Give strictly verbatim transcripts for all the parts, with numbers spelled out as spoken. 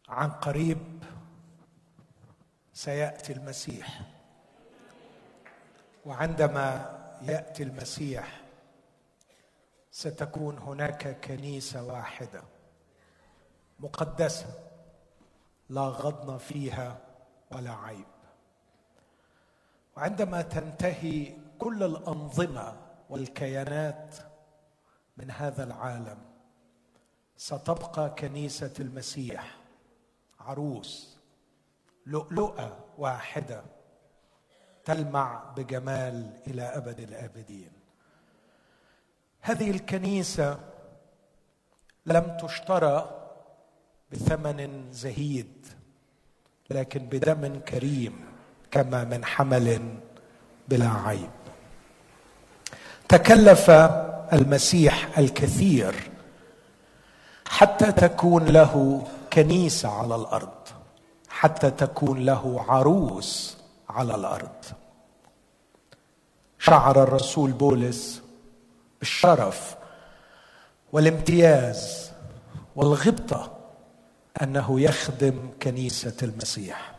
عن قريب سيأتي المسيح، وعندما يأتي المسيح ستكون هناك كنيسة واحدة مقدسة لا غضن فيها ولا عيب. وعندما تنتهي كل الأنظمة والكيانات من هذا العالم ستبقى كنيسة المسيح عروس لؤلؤة واحدة تلمع بجمال إلى أبد الآبدين. هذه الكنيسة لم تشترى بثمن زهيد، لكن بدم كريم كما من حمل بلا عيب. تكلف المسيح الكثير حتى تكون له كنيسة على الأرض، حتى تكون له عروس على الأرض. شعر الرسول بولس بالشرف والامتياز والغبطة أنه يخدم كنيسة المسيح.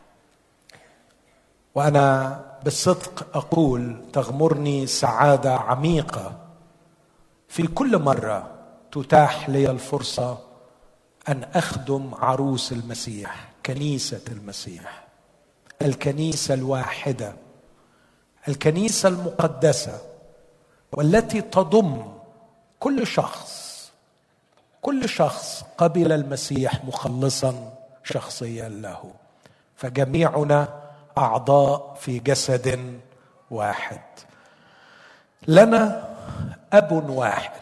وأنا بالصدق أقول تغمرني سعادة عميقة في كل مرة تتاح لي الفرصة أن أخدم عروس المسيح، كنيسة المسيح، الكنيسة الواحدة، الكنيسة المقدسة، والتي تضم كل شخص كل شخص قبل المسيح مخلصا شخصيا له، فجميعنا أعضاء في جسد واحد. لنا أب واحد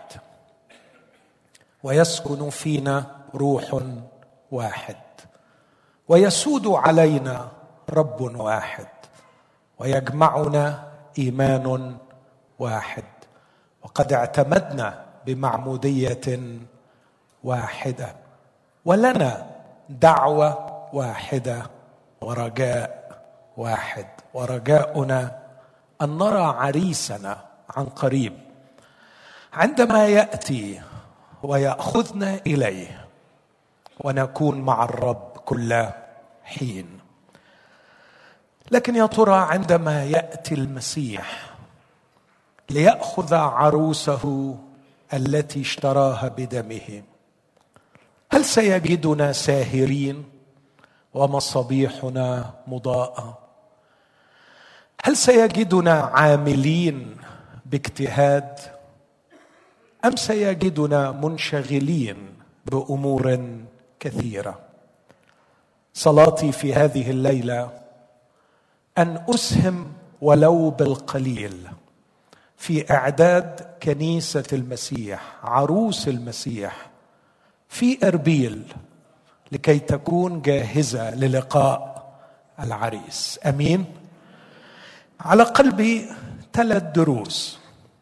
ويسكن فينا روح واحد، ويسود علينا رب واحد، ويجمعنا إيمان واحد، وقد اعتمدنا بمعمودية واحدة، ولنا دعوة واحدة ورجاء واحد. ورجاؤنا أن نرى عريسنا عن قريب عندما يأتي ويأخذنا إليه، ونكون مع الرب كل حين. لكن يا ترى عندما يأتي المسيح ليأخذ عروسه التي اشتراها بدمه، هل سيجدنا ساهرين ومصابيحنا مضاءة؟ هل سيجدنا عاملين باجتهاد، أم سيجدنا منشغلين بأمور كثيرة؟ صلاتي في هذه الليلة أن أسهم ولو بالقليل في إعداد كنيسة المسيح، عروس المسيح في إربيل، لكي تكون جاهزة للقاء العريس. أمين. على قلبي ثلاث دروس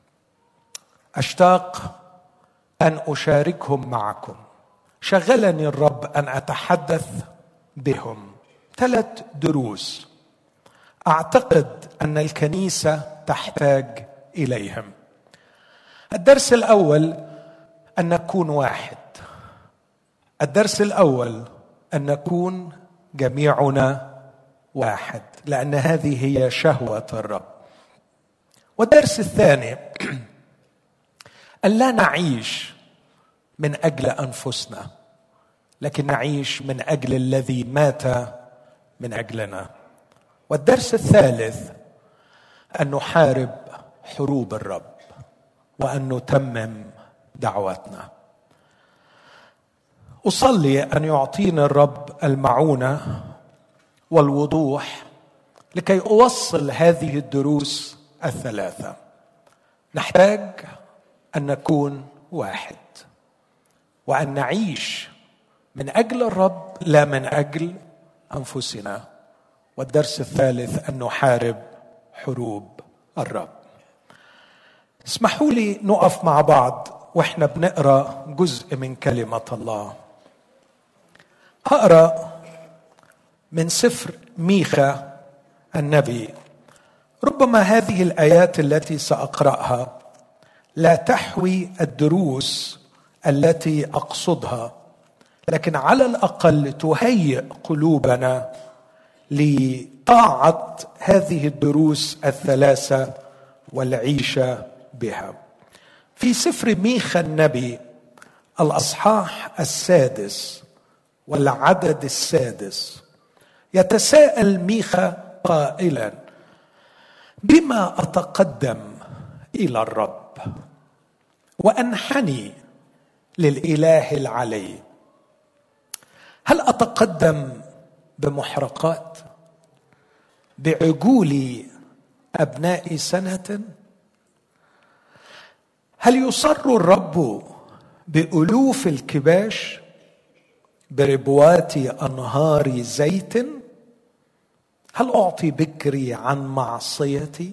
أشتاق أن أشاركهم معكم. شغلني الرب أن أتحدث بهم. ثلاث دروس أعتقد أن الكنيسة تحتاج إليهم. الدرس الأول أن نكون واحد. الدرس الأول أن نكون جميعنا واحد، لأن هذه هي شهوة الرب. والدرس الثاني أن لا نعيش من أجل أنفسنا، لكن نعيش من أجل الذي مات من أجلنا. والدرس الثالث أن نحارب حروب الرب وأن نتمم دعوتنا. أصلي أن يعطيني الرب المعونة والوضوح لكي أوصل هذه الدروس الثلاثة. نحتاج أن نكون واحد، وأن نعيش من أجل الرب لا من أجل أنفسنا. والدرس الثالث أن نحارب حروب الرب. اسمحوا لي نقف مع بعض وإحنا بنقرأ جزء من كلمة الله. هقرأ من سفر ميخا النبي. ربما هذه الآيات التي سأقرأها لا تحوي الدروس التي أقصدها، لكن على الأقل تهيئ قلوبنا لطاعة هذه الدروس الثلاثة والعيشة بها. في سفر ميخا النبي الأصحاح السادس والعدد السادس يتساءل ميخا قائلا: بما أتقدم إلى الرب وأنحني للإله العلي؟ هل أتقدم بمحرقات، بعجول أبناء سنة؟ هل يصر الرب بألوف الكباش، بربوات أنهار زيت؟ هل أعطي بكري عن معصيتي،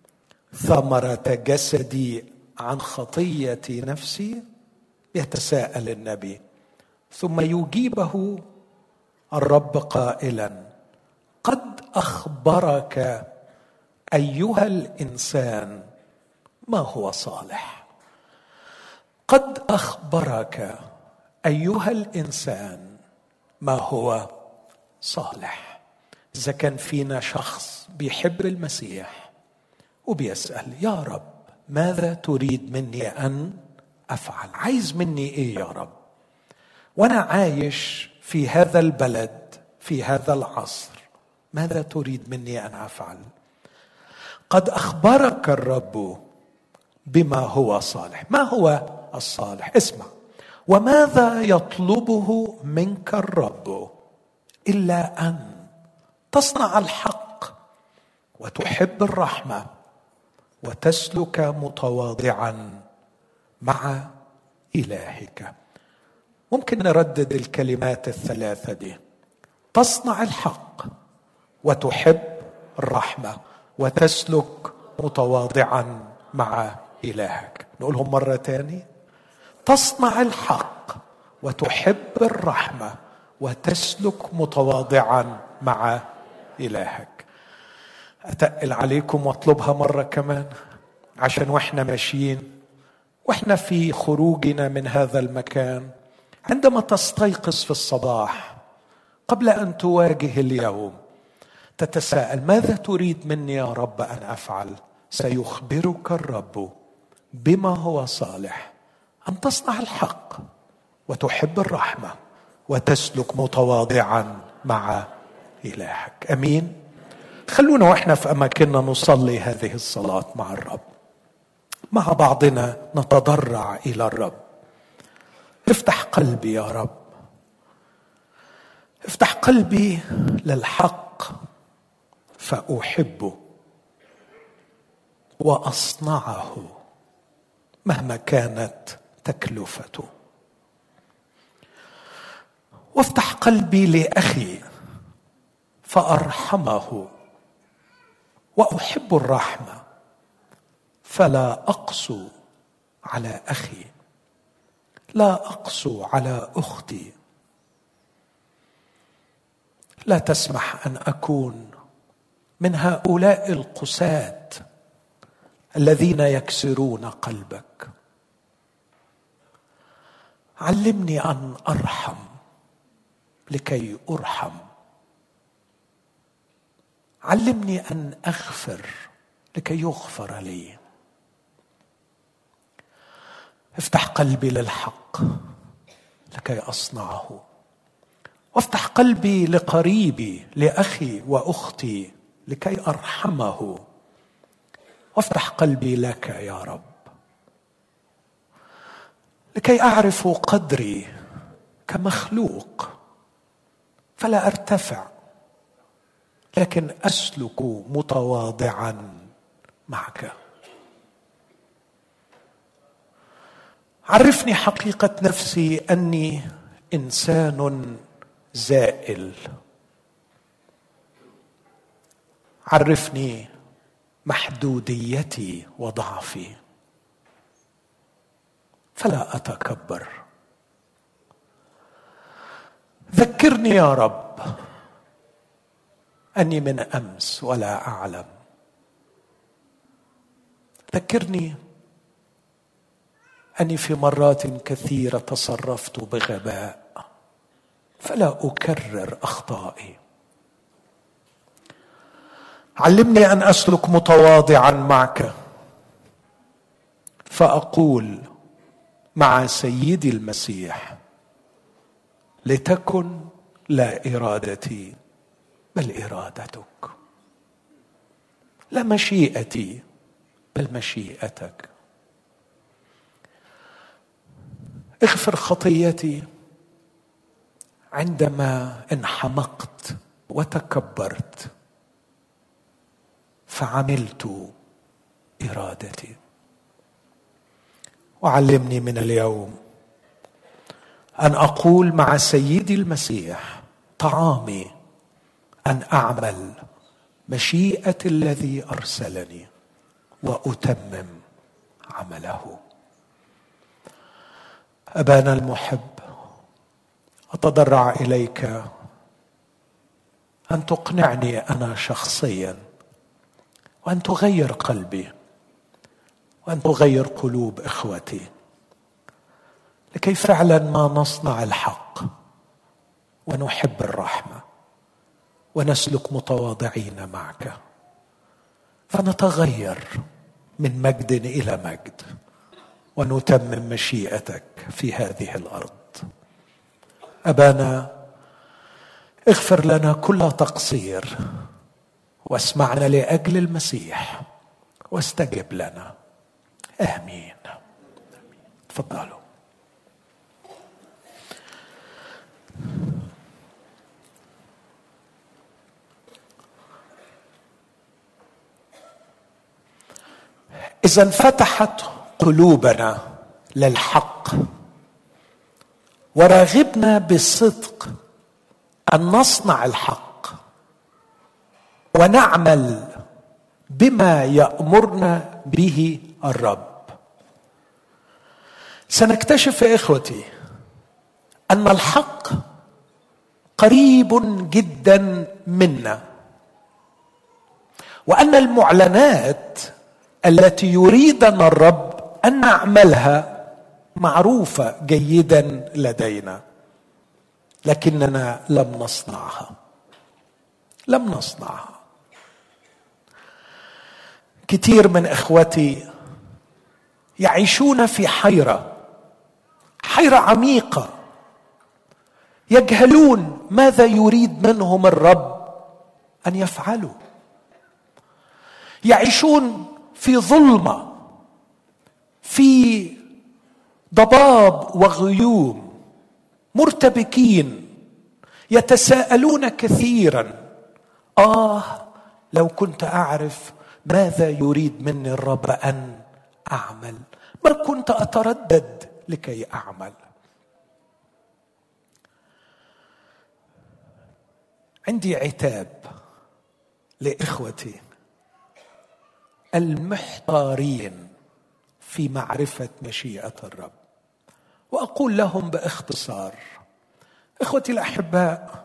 ثمرة جسدي عن خطية نفسي؟ يتساءل النبي، ثم يجيبه الرب قائلا: قد أخبرك أيها الإنسان ما هو صالح. قد أخبرك أيها الإنسان ما هو صالح. إذا كان فينا شخص بيحب المسيح وبيسأل: يا رب ماذا تريد مني أن أفعل؟ عايز مني إيه يا رب؟ وأنا عايش في هذا البلد في هذا العصر، ماذا تريد مني أن أفعل؟ قد أخبرك الرب بما هو صالح. ما هو الصالح؟ اسمع: وماذا يطلبه منك الرب إلا أن تصنع الحق وتحب الرحمة وتسلك متواضعا مع إلهك. ممكن نردد الكلمات الثلاثة دي: تصنع الحق وتحب الرحمة وتسلك متواضعا مع إلهك. نقولهم مرة تاني: تصنع الحق وتحب الرحمة وتسلك متواضعا مع إلهك. أتقل عليكم واطلبها مرة كمان، عشان واحنا ماشيين واحنا في خروجنا من هذا المكان، عندما تستيقظ في الصباح قبل أن تواجه اليوم، تتساءل: ماذا تريد مني يا رب أن أفعل؟ سيخبرك الرب بما هو صالح: أن تصنع الحق وتحب الرحمة وتسلك متواضعا مع إلهك. أمين. خلونا وإحنا في أماكننا نصلي هذه الصلاة مع الرب، مع بعضنا نتضرع إلى الرب. افتح قلبي يا رب، افتح قلبي للحق فأحبه وأصنعه مهما كانت تكلفته. وافتح قلبي لأخي فأرحمه وأحب الرحمة فلا أقسو على أخي، لا أقسو على أختي. لا تسمح أن أكون من هؤلاء القساة الذين يكسرون قلبك. علمني أن أرحم لكي أرحم. علمني أن أغفر لكي يغفر لي. افتح قلبي للحق لكي أصنعه، وافتح قلبي لقريبي لأخي وأختي لكي أرحمه، وافتح قلبي لك يا رب لكي أعرف قدري كمخلوق فلا أرتفع، لكن أسلك متواضعا معك. عرفني حقيقة نفسي أني إنسان زائل. عرفني محدوديتي وضعفي فلا أتكبر. ذكرني يا رب أني من أمس ولا أعلم. ذكرني أني في مرات كثيرة تصرفت بغباء فلا أكرر أخطائي. علمني أن أسلك متواضعا معك، فأقول مع سيدي المسيح: لتكن لا إرادتي بل إرادتك، لا مشيئتي بل مشيئتك. اغفر خطيتي عندما انحمقت وتكبرت فعملت إرادتي، وعلمني من اليوم أن أقول مع سيدي المسيح: طعامي أن أعمل مشيئة الذي أرسلني وأتمم عمله. أبانا المحب، أتضرع إليك أن تقنعني أنا شخصيا، وأن تغير قلبي، وأن تغير قلوب إخوتي، لكي فعلا ما نصنع الحق ونحب الرحمة ونسلك متواضعين معك، فنتغير من مجد إلى مجد ونتمم مشيئتك في هذه الأرض. أبانا، اغفر لنا كل تقصير، واسمعنا لأجل المسيح، واستجب لنا. آمين. تفضلوا. إذا انفتحت قلوبنا للحق ورغبنا بصدق أن نصنع الحق ونعمل بما يأمرنا به الرب، سنكتشف يا إخوتي أن الحق قريب جدا منا، وأن المعلنات التي يريدنا الرب أن نعملها معروفة جيدا لدينا، لكننا لم نصنعها لم نصنعها. كثير من إخوتي يعيشون في حيرة حيرة عميقة، يجهلون ماذا يريد منهم الرب أن يفعلوا، يعيشون في ظلمة، في ضباب وغيوم، مرتبكين، يتساءلون كثيرا: آه لو كنت أعرف ماذا يريد مني الرب أن أعمل، ما كنت أتردد لكي أعمل. عندي عتاب لإخوتي المحتارين في معرفة مشيئة الرب، وأقول لهم باختصار: إخوتي الأحباء،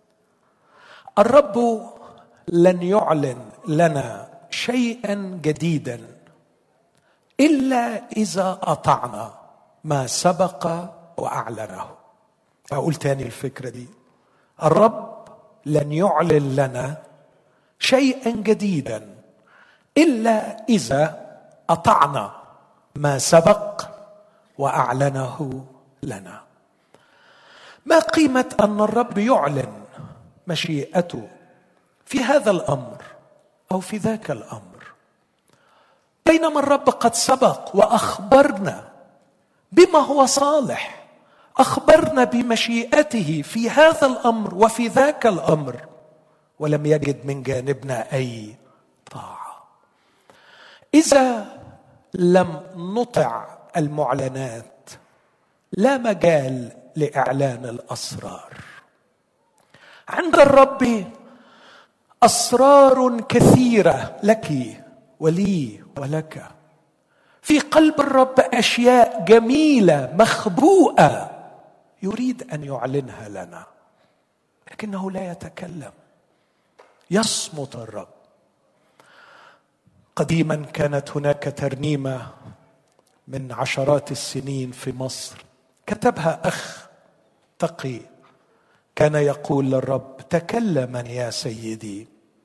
الرب لن يعلن لنا شيئا جديدا إلا إذا أطعنا ما سبق وأعلنه. أقول تاني الفكرة دي: الرب لن يعلن لنا شيئا جديدا إلا إذا أطعنا ما سبق وأعلنه لنا. ما قيمة أن الرب يعلن مشيئته في هذا الأمر أو في ذاك الأمر، بينما الرب قد سبق وأخبرنا بما هو صالح، أخبرنا بمشيئته في هذا الأمر وفي ذاك الأمر، ولم يجد من جانبنا أي طاعة. إذا لم نطع المعلنات لا مجال لإعلان الأسرار. عند الرب أسرار كثيرة لك ولي ولك. في قلب الرب أشياء جميلة مخبوءة يريد أن يعلنها لنا، لكنه لا يتكلم، يصمت الرب. قديما كانت هناك ترنيمة من عشرات السنين في مصر، كتبها أخ تقي كان يقول للرب: تكلما يا سيدي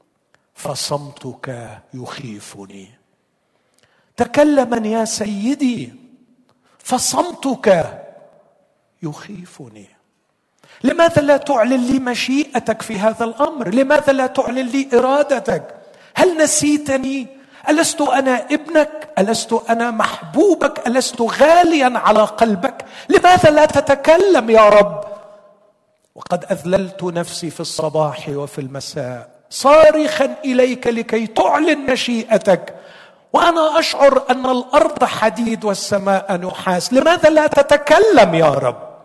فصمتك يخيفني. تكلما يا سيدي فصمتك يخيفني. لماذا لا تعلن لي مشيئتك في هذا الأمر؟ لماذا لا تعلن لي إرادتك؟ هل نسيتني؟ ألست أنا ابنك؟ ألست أنا محبوبك؟ ألست غاليا على قلبك؟ لماذا لا تتكلم يا رب؟ وقد أذللت نفسي في الصباح وفي المساء صارخا إليك لكي تعلن مشيئتك، وأنا أشعر أن الأرض حديد والسماء نحاس. لماذا لا تتكلم يا رب؟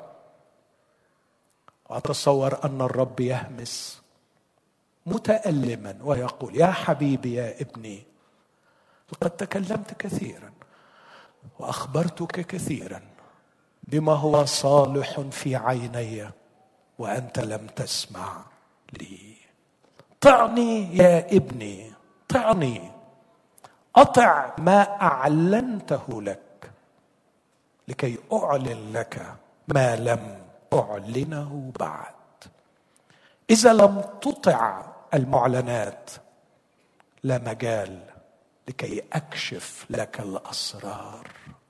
وأتصور أن الرب يهمس متألما ويقول: يا حبيبي يا ابني، لقد تكلمت كثيرا وأخبرتك كثيرا بما هو صالح في عيني، وأنت لم تسمع لي. طعني يا ابني، طعني، أطع ما أعلنته لك لكي أعلن لك ما لم أعلنه بعد. إذا لم تطع المعلنات لا مجال لكي أكشف لك الأسرار.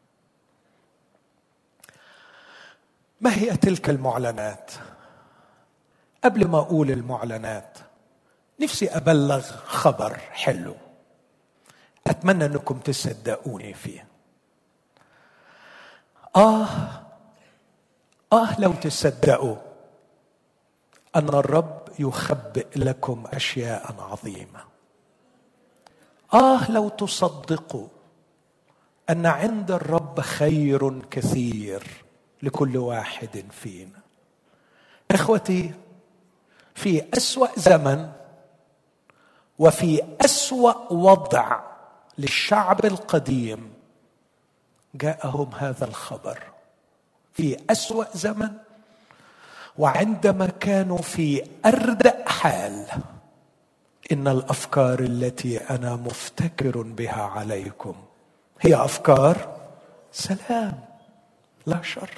ما هي تلك المعلنات؟ قبل ما أقول المعلنات، نفسي أبلغ خبر حلو، أتمنى أنكم تصدقوني فيه. آه آه لو تصدقوا أن الرب يخبئ لكم أشياء عظيمة. آه لو تصدقوا أن عند الرب خير كثير لكل واحد فينا. إخوتي، في أسوأ زمن وفي أسوأ وضع للشعب القديم جاءهم هذا الخبر. في أسوأ زمن وعندما كانوا في أردأ حال، إن الأفكار التي أنا مفتكر بها عليكم هي أفكار سلام لا شر.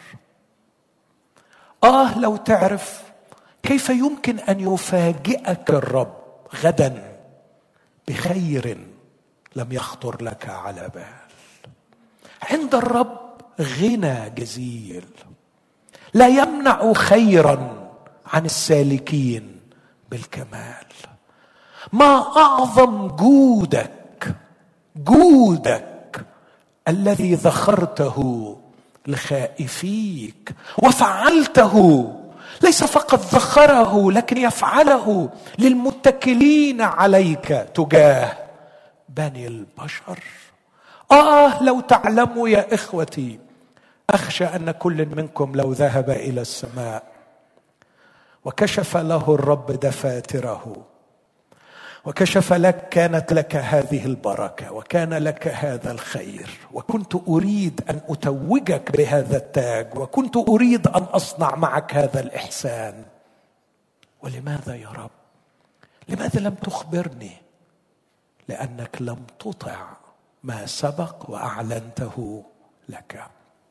آه لو تعرف كيف يمكن أن يفاجئك الرب غدا بخير لم يخطر لك على بال. عند الرب غنى جزيل لا يمنع خيرا عن السالكين بالكمال. ما أعظم جودك، جودك الذي ذخرته لخائفيك وفعلته، ليس فقط ذخره لكن يفعله للمتكلين عليك تجاه بني البشر. آه لو تعلموا يا إخوتي، أخشى أن كل منكم لو ذهب إلى السماء وكشف له الرب دفاتره وكشف لك، كانت لك هذه البركة وكان لك هذا الخير، وكنت أريد أن أتوجك بهذا التاج، وكنت أريد أن أصنع معك هذا الإحسان، ولماذا يا رب؟ لماذا لم تخبرني؟ لأنك لم تطع ما سبق وأعلنته لك.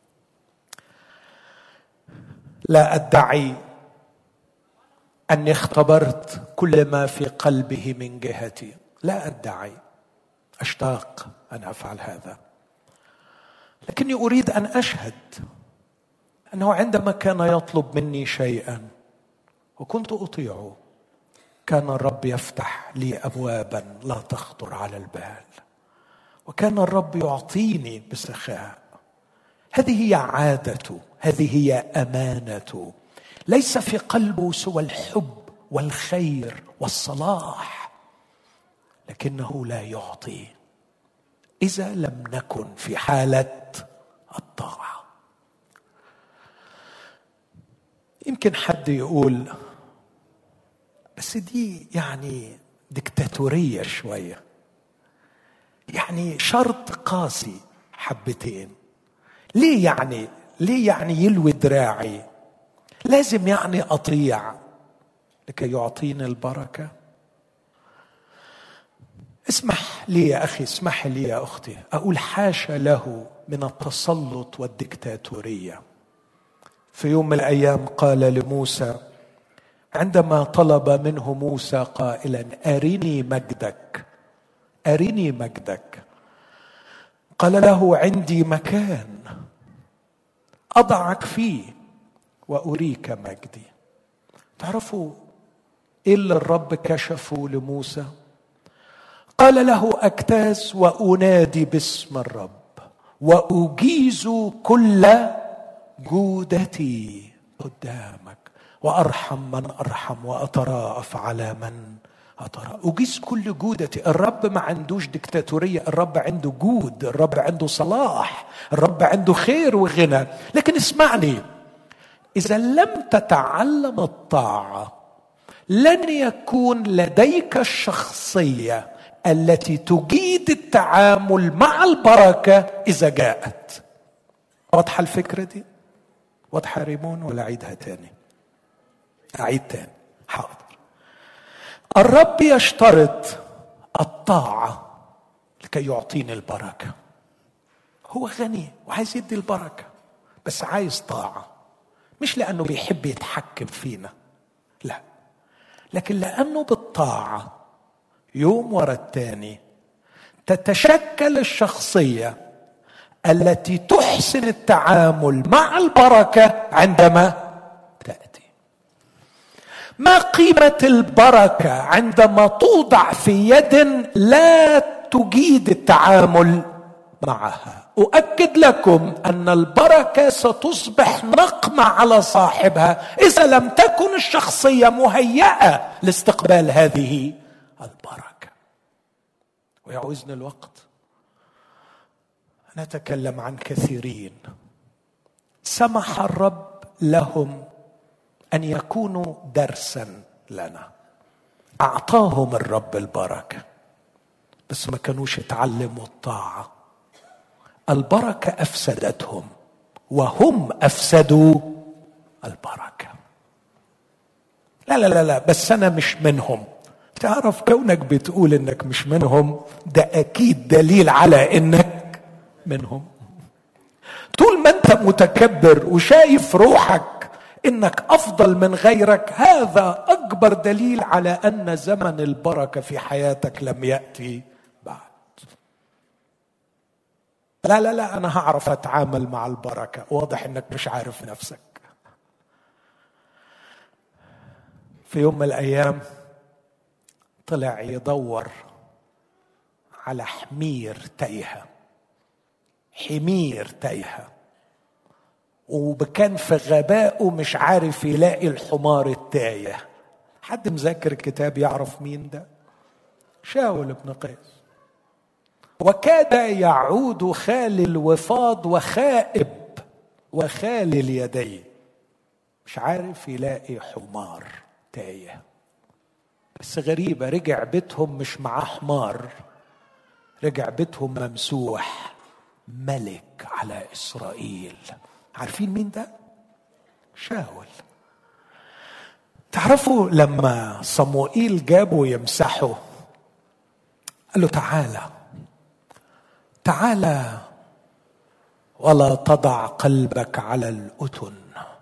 لا أدعي أني اختبرت كل ما في قلبه من جهتي، لا أدعي، أشتاق أن أفعل هذا، لكني أريد أن أشهد أنه عندما كان يطلب مني شيئا وكنت أطيعه، كان الرب يفتح لي أبوابا لا تخطر على البال، وكان الرب يعطيني بسخاء. هذه هي عادته، هذه هي أمانته. ليس في قلبه سوى الحب والخير والصلاح، لكنه لا يعطي إذا لم نكن في حالة الطاعة. يمكن حد يقول بس دي يعني ديكتاتورية شوية، يعني شرط قاسي حبتين. ليه يعني ليه يعني يلوي دراعي؟ لازم يعني أطيع لكي يعطيني البركة؟ اسمح لي يا أخي، اسمح لي يا أختي، أقول حاشا له من التسلط والديكتاتورية. في يوم من الأيام قال لموسى: عندما طلب منه موسى قائلا أرني مجدك أرني مجدك، قال له عندي مكان أضعك فيه وأريك مجدي. تعرفوا إيه اللي الرب كشفه لموسى؟ قال له أجتاز وأنادي باسم الرب وأجيز كل جودتي قدامك وأرحم من أرحم وأتراءف على من أتراءف. أجيز كل جودتي. الرب ما عندوش ديكتاتورية، الرب عنده جود، الرب عنده صلاح، الرب عنده خير وغنى. لكن اسمعني، إذا لم تتعلم الطاعة لن يكون لديك الشخصية التي تجيد التعامل مع البركة إذا جاءت. واضحة الفكرة دي؟ واضحة ريمون ولا أعيدها تاني؟ أعيد تاني، حاضر. الرب يشترط الطاعة لكي يعطيني البركة. هو غني وعايز يدي البركة، بس عايز طاعة، مش لأنه بيحب يتحكم فينا، لا، لكن لأنه بالطاعة يوم ورا التاني تتشكل الشخصية التي تحسن التعامل مع البركة عندما تأتي. ما قيمة البركة عندما توضع في يد لا تجيد التعامل معها؟ أؤكد لكم أن البركة ستصبح نقمة على صاحبها إذا لم تكن الشخصية مهيئة لاستقبال هذه البركة. ويعوزني الوقت أنا أتكلم عن كثيرين سمح الرب لهم أن يكونوا درسا لنا، أعطاهم الرب البركة بس ما كانوش يتعلموا الطاعة. البركة أفسدتهم وهم أفسدوا البركة. لا لا لا لا بس أنا مش منهم. تعرف كونك بتقول إنك مش منهم ده أكيد دليل على إنك منهم. طول ما أنت متكبر وشايف روحك إنك أفضل من غيرك، هذا أكبر دليل على أن زمن البركة في حياتك لم يأتي بعد. لا لا لا أنا هعرف أتعامل مع البركة. واضح إنك مش عارف نفسك. في يوم من الأيام طلع يدور على حمير تايهة، حمير تايهة، وكان في غبائه مش عارف يلاقي الحمار التايه. حد مذاكر الكتاب يعرف مين ده؟ شاول بن قيس. وكاد يعود خالي الوفاض وخائب وخالي اليدين، مش عارف يلاقي حمار تايه. بس غريبة، رجع بيتهم مش معاه حمار، رجع بيتهم ممسوح ملك على إسرائيل. عارفين مين ده؟ شاول. تعرفوا لما صموئيل جابه يمسحه قال له تعالى تعالى ولا تضع قلبك على الأتن.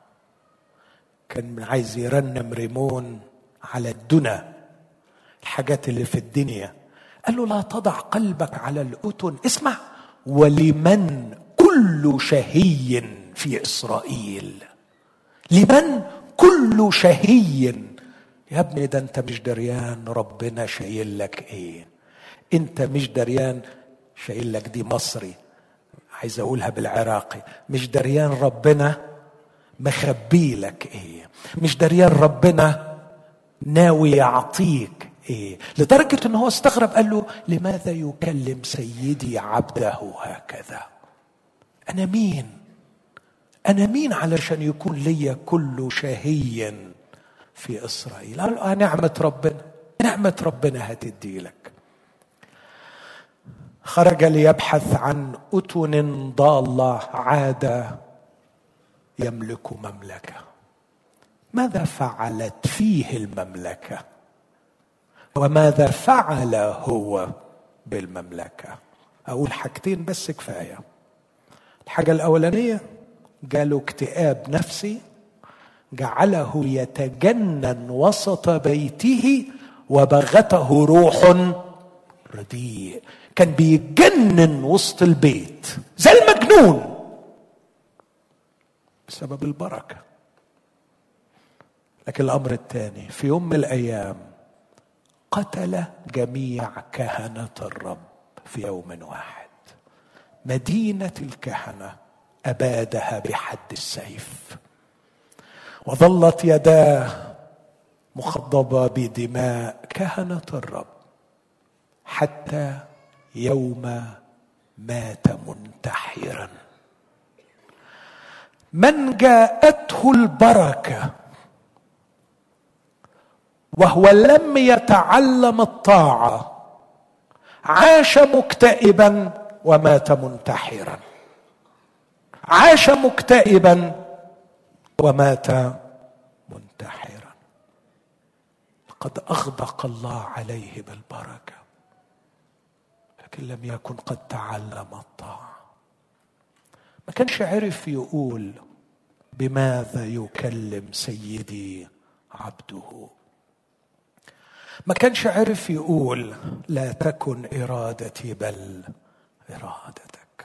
كان عايز يرنم ريمون على الدنا، الحاجات اللي في الدنيا. قال له لا تضع قلبك على الأتن. اسمع، ولمن كل شهي في إسرائيل. لمن كل شهي. يا ابني ده انت مش دريان ربنا شايل لك ايه. انت مش دريان شايل لك، دي مصري عايز اقولها بالعراقي، مش دريان ربنا مخبي لك ايه، مش دريان ربنا ناوي يعطيك ايه. لدرجة انه هو استغرب، قال له لماذا يكلم سيدي عبده هكذا؟ انا مين انا مين علشان يكون لي كل شهي في اسرائيل؟ قال له نعمة ربنا، نعمة ربنا هتدي لك. خرج ليبحث عن أتن ضالة، عاد يملك مملكة. ماذا فعلت فيه المملكة؟ وماذا فعل هو بالمملكة؟ أقول حاجتين بس كفاية. الحاجة الأولانية، جاله اكتئاب نفسي جعله يتجنن وسط بيته وبغته روح رديء. كان بيتجنن وسط البيت زي المجنون بسبب البركة. لكن الأمر الثاني، في يوم من الأيام قتل جميع كهنة الرب في يوم واحد. مدينة الكهنة أبادها بحد السيف، وظلت يداه مخضبة بدماء كهنة الرب حتى يوم مات منتحرا. من جاءته البركة وهو لم يتعلم الطاعة عاش مكتئبا ومات منتحرا. عاش مكتئبا ومات منتحرا. قد أغدق الله عليه بالبركة، لكن لم يكن قد تعلم الطاعة. ما كانش عرف يقول بماذا يكلم سيدي عبده. ما كانش عرف يقول لا تكن إرادتي بل إرادتك.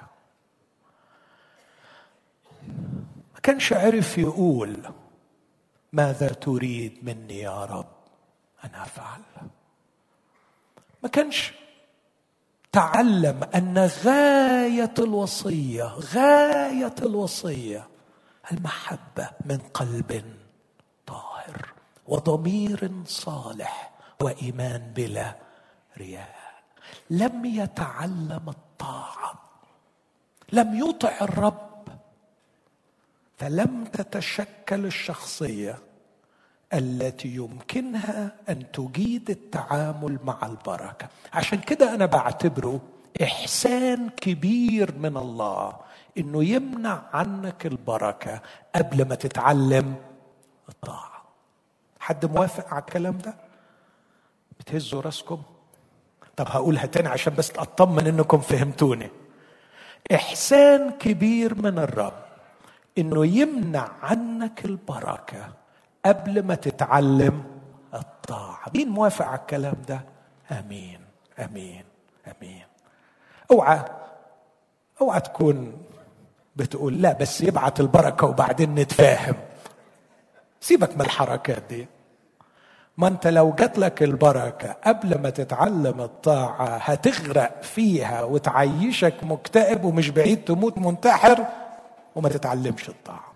ما كانش عرف يقول ماذا تريد مني يا رب أن أفعل. ما كانش تعلم أن غاية الوصية غاية الوصية المحبة من قلب طاهر وضمير صالح وإيمان بلا رياء. لم يتعلم الطاعة، لم يطع الرب، فلم تتشكل الشخصية التي يمكنها أن تجيد التعامل مع البركة. عشان كده أنا بعتبره إحسان كبير من الله إنه يمنع عنك البركة قبل ما تتعلم الطاعة. حد موافق على الكلام ده؟ بتهزوا راسكم؟ طب هقولها تاني عشان بس أطمن إنكم فهمتوني. إحسان كبير من الرب إنه يمنع عنك البركة قبل ما تتعلم الطاعة. مين موافق على الكلام ده؟ أمين أمين أمين. اوعى اوعى تكون بتقول لا بس يبعت البركة وبعدين نتفاهم. سيبك من الحركات دي. ما انت لو جات لك البركة قبل ما تتعلم الطاعة هتغرق فيها وتعيشك مكتئب ومش بعيد تموت منتحر وما تتعلمش الطاعة.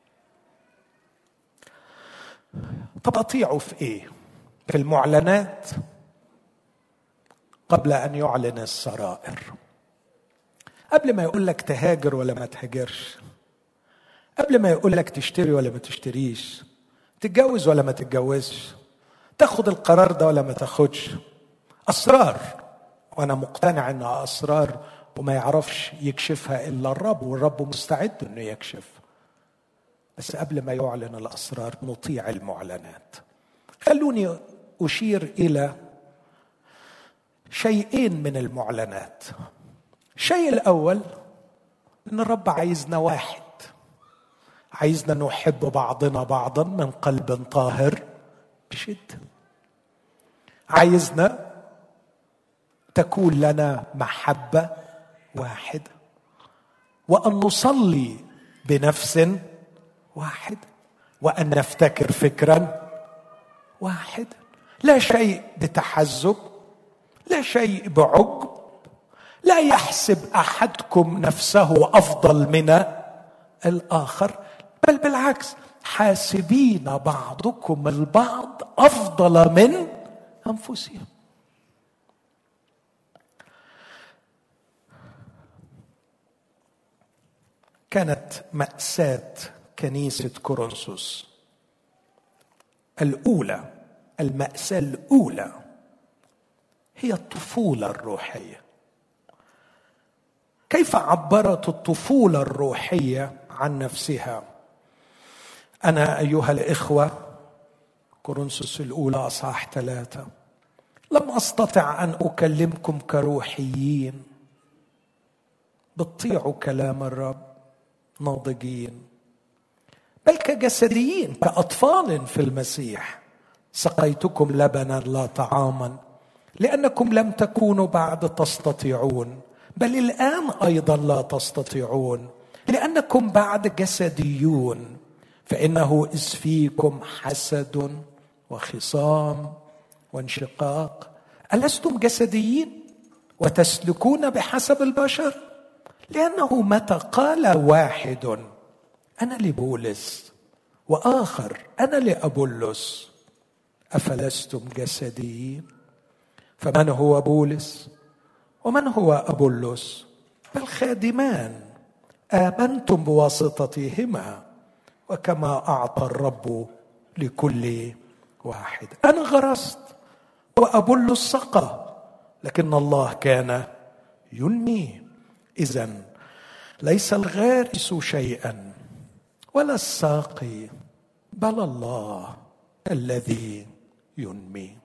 طب أطيعه في إيه؟ في المعلنات قبل أن يعلن السرائر. قبل ما يقول لك تهاجر ولا ما تهاجرش، قبل ما يقول لك تشتري ولا ما تشتريش، تتجوز ولا ما تتجوزش، تاخد القرار ده ولا ما تاخدش. أسرار، وأنا مقتنع أنها أسرار وما يعرفش يكشفها إلا الرب، والرب مستعد أنه يكشف. بس قبل ما يعلن الأسرار نطيع المعلنات. خلوني أشير إلى شيئين من المعلنات. الشيء الأول إن الرب عايزنا واحد، عايزنا نحب بعضنا بعضا من قلب طاهر بشدة. عايزنا تكون لنا محبة واحدة، وأن نصلي بنفس واحد، وأن نفتكر فكرا واحد. لا شيء بتحزب، لا شيء بعجب، لا يحسب أحدكم نفسه أفضل من الآخر، بل بالعكس حاسبين بعضكم البعض أفضل من أنفسهم. كانت مأساة كنيسة كورنثوس الأولى، المأساة الأولى هي الطفولة الروحية. كيف عبرت الطفولة الروحية عن نفسها؟ أنا أيها الإخوة، كورنثوس الأولى أصحاح ثلاثة، لم أستطع أن أكلمكم كروحيين بتطيعوا كلام الرب ناضجين، بل كجسديين كأطفال في المسيح. سقيتكم لبنا لا طعاما لأنكم لم تكونوا بعد تستطيعون، بل الآن أيضا لا تستطيعون لأنكم بعد جسديون. فإنه إذ فيكم حسد وخصام وانشقاق ألستم جسديين وتسلكون بحسب البشر؟ لأنه متى قال واحد أنا لبولس وآخر أنا لأبولس أفلستم جسديين؟ فمن هو بولس ومن هو أبولس؟ بل خادمان آمنتم بواسطتهما، وكما أعطى الرب لكل واحد. أنا غرست وأبولس سقى، لكن الله كان ينمي. إذن ليس الغارس شيئا ولا الساقي، بل الله الذي ينمي.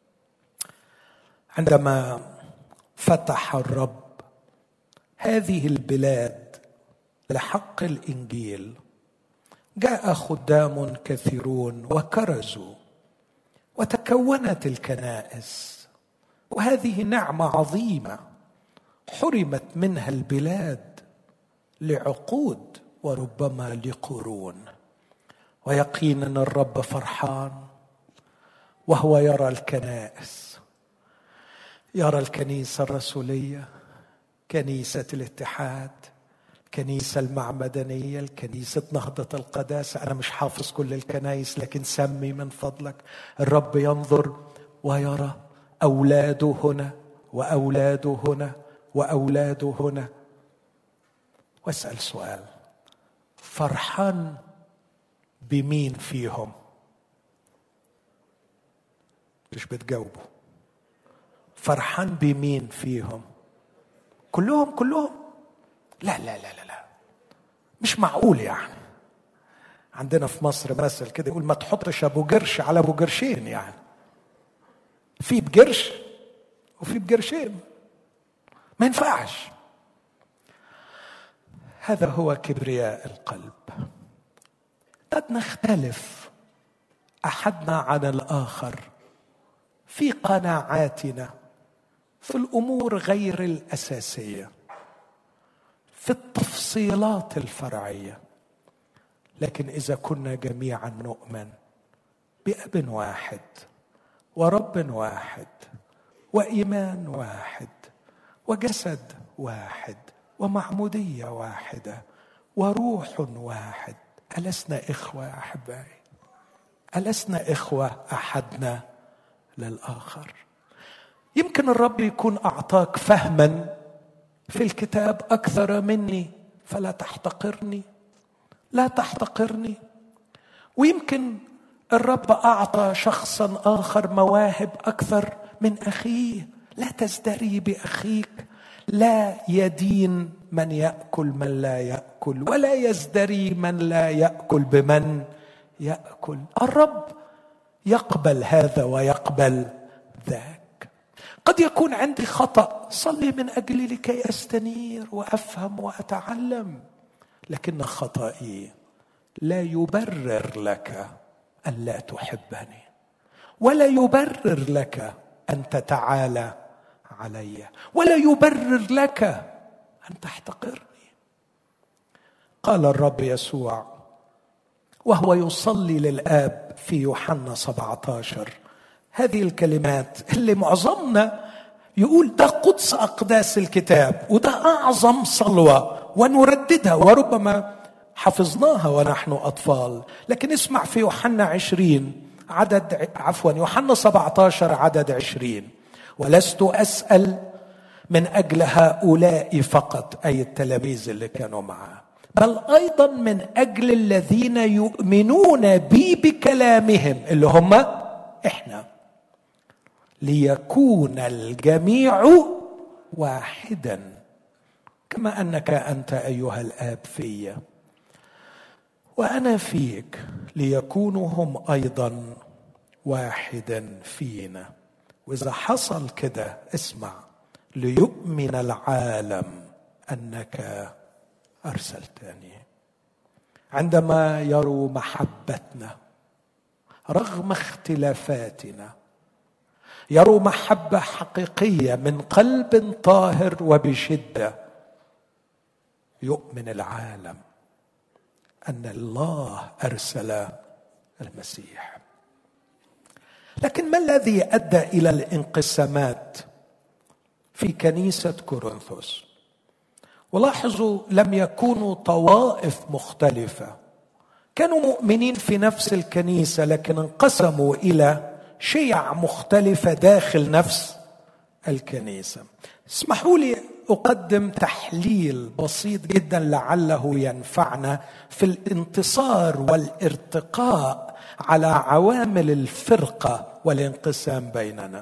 عندما فتح الرب هذه البلاد لحق الإنجيل جاء خدام كثيرون وكرزوا وتكونت الكنائس، وهذه نعمة عظيمة حرمت منها البلاد لعقود وربما لقرون. ويقينا الرب فرحان وهو يرى الكنائس، يرى الكنيسة الرسولية، كنيسة الاتحاد، كنيسة المعمدانية، الكنيسة نهضة القداسة. أنا مش حافظ كل الكنائس لكن سمي من فضلك. الرب ينظر ويرى أولاده هنا وأولاده هنا وأولاده هنا. واسأل سؤال، فرحان بمين فيهم؟ مش بتجاوبوا. فرحان بمين فيهم؟ كلهم كلهم؟ لا لا لا لا لا، مش معقول. يعني عندنا في مصر مثل كده يقول ما تحطش ابو قرش على ابو قرشين. يعني في بقرش وفي بقرشين، ما ينفعش. هذا هو كبرياء القلب. قد نختلف احدنا عن الاخر في قناعاتنا في الامور غير الاساسيه، في التفصيلات الفرعيه، لكن اذا كنا جميعا نؤمن باب واحد ورب واحد وايمان واحد وجسد واحد ومعموديه واحده وروح واحد، ألسنا إخوة يا أحبائي؟ ألسنا إخوة أحدنا للآخر؟ يمكن الرب يكون أعطاك فهما في الكتاب أكثر مني، فلا تحتقرني، لا تحتقرني. ويمكن الرب أعطى شخصا آخر مواهب أكثر من أخيه، لا تزدري بأخيك. لا يدين من يأكل من لا يأكل، ولا يزدري من لا يأكل بمن يأكل. الرب يقبل هذا ويقبل ذاك. قد يكون عندي خطأ، صلي من أجلي لكي أستنير وأفهم وأتعلم، لكن خطئي لا يبرر لك أن لا تحبني، ولا يبرر لك أن تتعالى علي، ولا يبرر لك أن تحتقرني. قال الرب يسوع وهو يصلي للآب في يوحنا سبعة عشر هذه الكلمات اللي معظمنا يقول ده قدس أقداس الكتاب وده أعظم صلوة ونرددها وربما حفظناها ونحن أطفال. لكن اسمع في يوحنا عشرين عدد عفوا يوحنا سبعة عشر عدد عشرين: ولست أسأل من أجل هؤلاء فقط، أي التلاميذ اللي كانوا معه، بل أيضا من أجل الذين يؤمنون بي بكلامهم، اللي هم إحنا، ليكون الجميع واحدا كما أنك أنت أيها الآب في وأنا فيك، ليكونوا هم أيضا واحدا فينا. وإذا حصل كده اسمع: ليؤمن العالم أنك أرسلتني. عندما يروا محبتنا رغم اختلافاتنا، يروا محبة حقيقية من قلب طاهر وبشدة، يؤمن العالم أن الله أرسل المسيح. لكن ما الذي أدى إلى الانقسامات في كنيسة كورنثوس؟ ولاحظوا، لم يكونوا طوائف مختلفة، كانوا مؤمنين في نفس الكنيسة، لكن انقسموا إلى شيع مختلفة داخل نفس الكنيسة. اسمحوا لي أقدم تحليل بسيط جدا لعله ينفعنا في الانتصار والارتقاء على عوامل الفرقة والانقسام بيننا.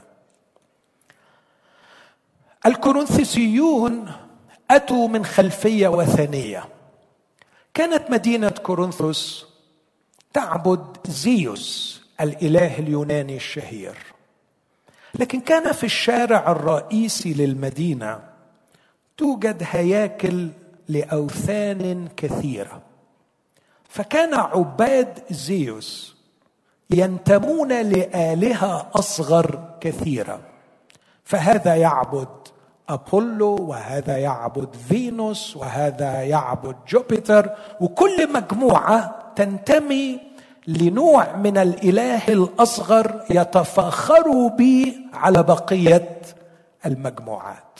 الكورنثوسيون أتوا من خلفية وثنية. كانت مدينة كورنثوس تعبد زيوس الإله اليوناني الشهير، لكن كان في الشارع الرئيسي للمدينة توجد هياكل لأوثان كثيرة، فكان عباد زيوس ينتمون لآلهة أصغر كثيرة، فهذا يعبد أبولو، وهذا يعبد فينوس، وهذا يعبد جوبيتر، وكل مجموعة تنتمي لنوع من الإله الأصغر يتفاخروا به على بقية المجموعات،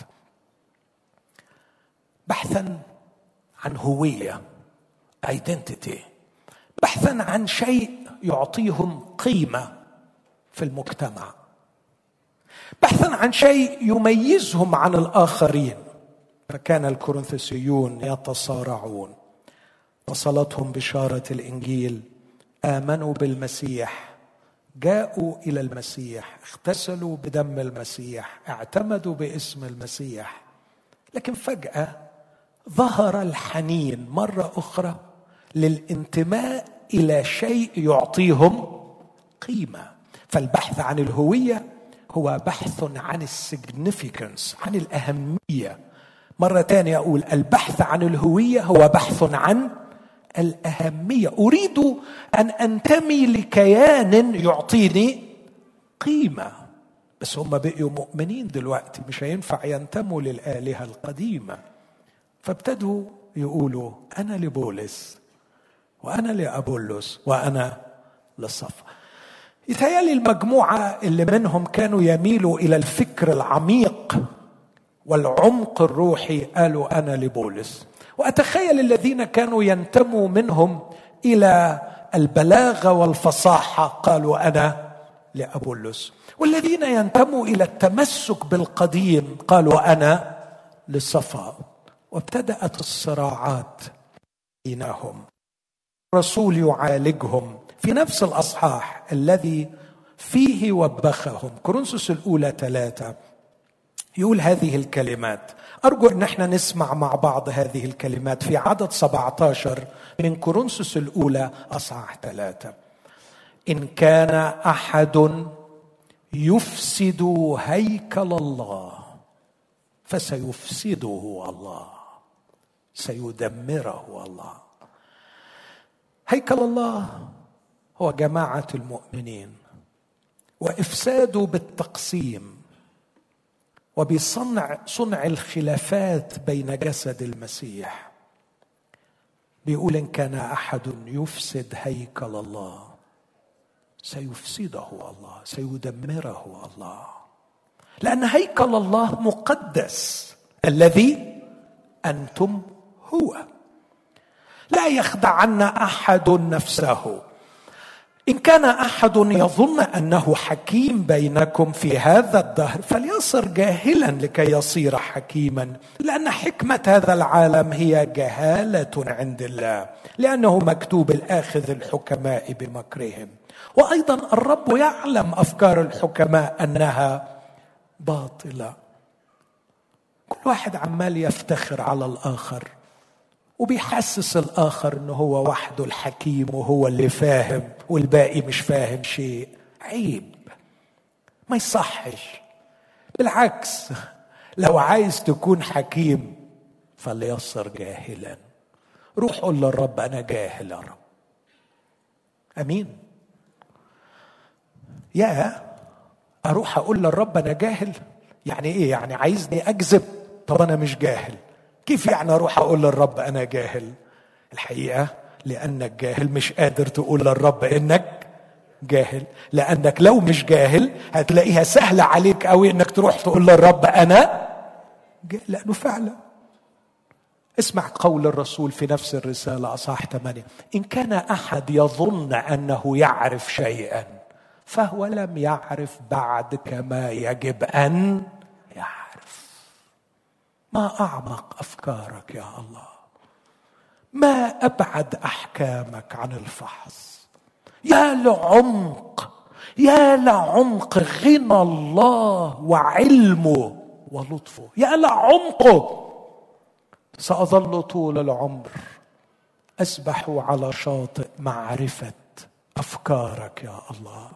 بحثا عن هوية identity، بحثا عن شيء يعطيهم قيمة في المجتمع، بحثا عن شيء يميزهم عن الآخرين. فكان الكورنثوسيون يتصارعون. وصلتهم بشارة الإنجيل، آمنوا بالمسيح، جاءوا إلى المسيح، اغتسلوا بدم المسيح، اعتمدوا باسم المسيح، لكن فجأة ظهر الحنين مرة أخرى للانتماء إلى شيء يعطيهم قيمة. فالبحث عن الهوية هو بحث عن السيجنيفيكانس، عن الأهمية. مرة تانية أقول، البحث عن الهوية هو بحث عن الأهمية. أريد أن أنتمي لكيان يعطيني قيمة، بس هم بقوا مؤمنين دلوقتي، مش هينفع ينتموا للآلهة القديمة، فابتدوا يقولوا أنا لبولس، وأنا لأبولس، وأنا لصفا. يتهيألي المجموعة اللي منهم كانوا يميلوا إلى الفكر العميق والعمق الروحي قالوا أنا لبولس، وأتخيل الذين كانوا ينتموا منهم إلى البلاغة والفصاحة قالوا أنا لأبولس، والذين ينتموا إلى التمسك بالقديم قالوا أنا لصفا. وابتدأت الصراعات بينهم. الرسول يعالجهم في نفس الأصحاح الذي فيه وبخهم. كورنثوس الأولى ثلاثة يقول هذه الكلمات. أرجو أن احنا نسمع مع بعض هذه الكلمات في عدد سبعة عشر من كورنثوس الأولى أصحاح ثلاثة. إن كان أحد يفسد هيكل الله فسيفسده الله، سيدمره الله. هيكل الله هو جماعة المؤمنين، وإفساده بالتقسيم وبصنع صنع الخلافات بين جسد المسيح. بيقول إن كان أحد يفسد هيكل الله سيفسده الله، سيدمره الله، لأن هيكل الله مقدس الذي أنتم هو. لا يخدعن أحد نفسه. إن كان أحد يظن أنه حكيم بينكم في هذا الدهر فليصر جاهلا لكي يصير حكيما، لأن حكمة هذا العالم هي جهالة عند الله، لأنه مكتوب الآخذ الحكماء بمكرهم. وأيضا الرب يعلم أفكار الحكماء أنها باطلة. كل واحد عمال يفتخر على الآخر وبيحسس الآخر أنه هو وحده الحكيم وهو اللي فاهم والباقي مش فاهم شيء. عيب، ما يصحش. بالعكس، لو عايز تكون حكيم فليصر جاهلا. روح قول للرب أنا جاهل يا رب. أمين. يا أروح أقول للرب أنا جاهل؟ يعني إيه؟ يعني عايزني أكذب؟ طب أنا مش جاهل. كيف يعني أروح أقول للرب أنا جاهل؟ الحقيقة لأنك جاهل مش قادر تقول للرب إنك جاهل، لأنك لو مش جاهل هتلاقيها سهلة عليك أوي إنك تروح تقول للرب أنا جاهل، لأنه فعلا. اسمع قول الرسول في نفس الرسالة أصحاح ثمانية: إن كان أحد يظن أنه يعرف شيئا فهو لم يعرف بعد كما يجب أن يعرف. ما أعمق أفكارك يا الله، ما أبعد أحكامك عن الفحص. يا لعمق يا لعمق غنى الله وعلمه ولطفه، يا لعمقه. سأظل طول العمر أسبح على شاطئ معرفة أفكارك يا الله،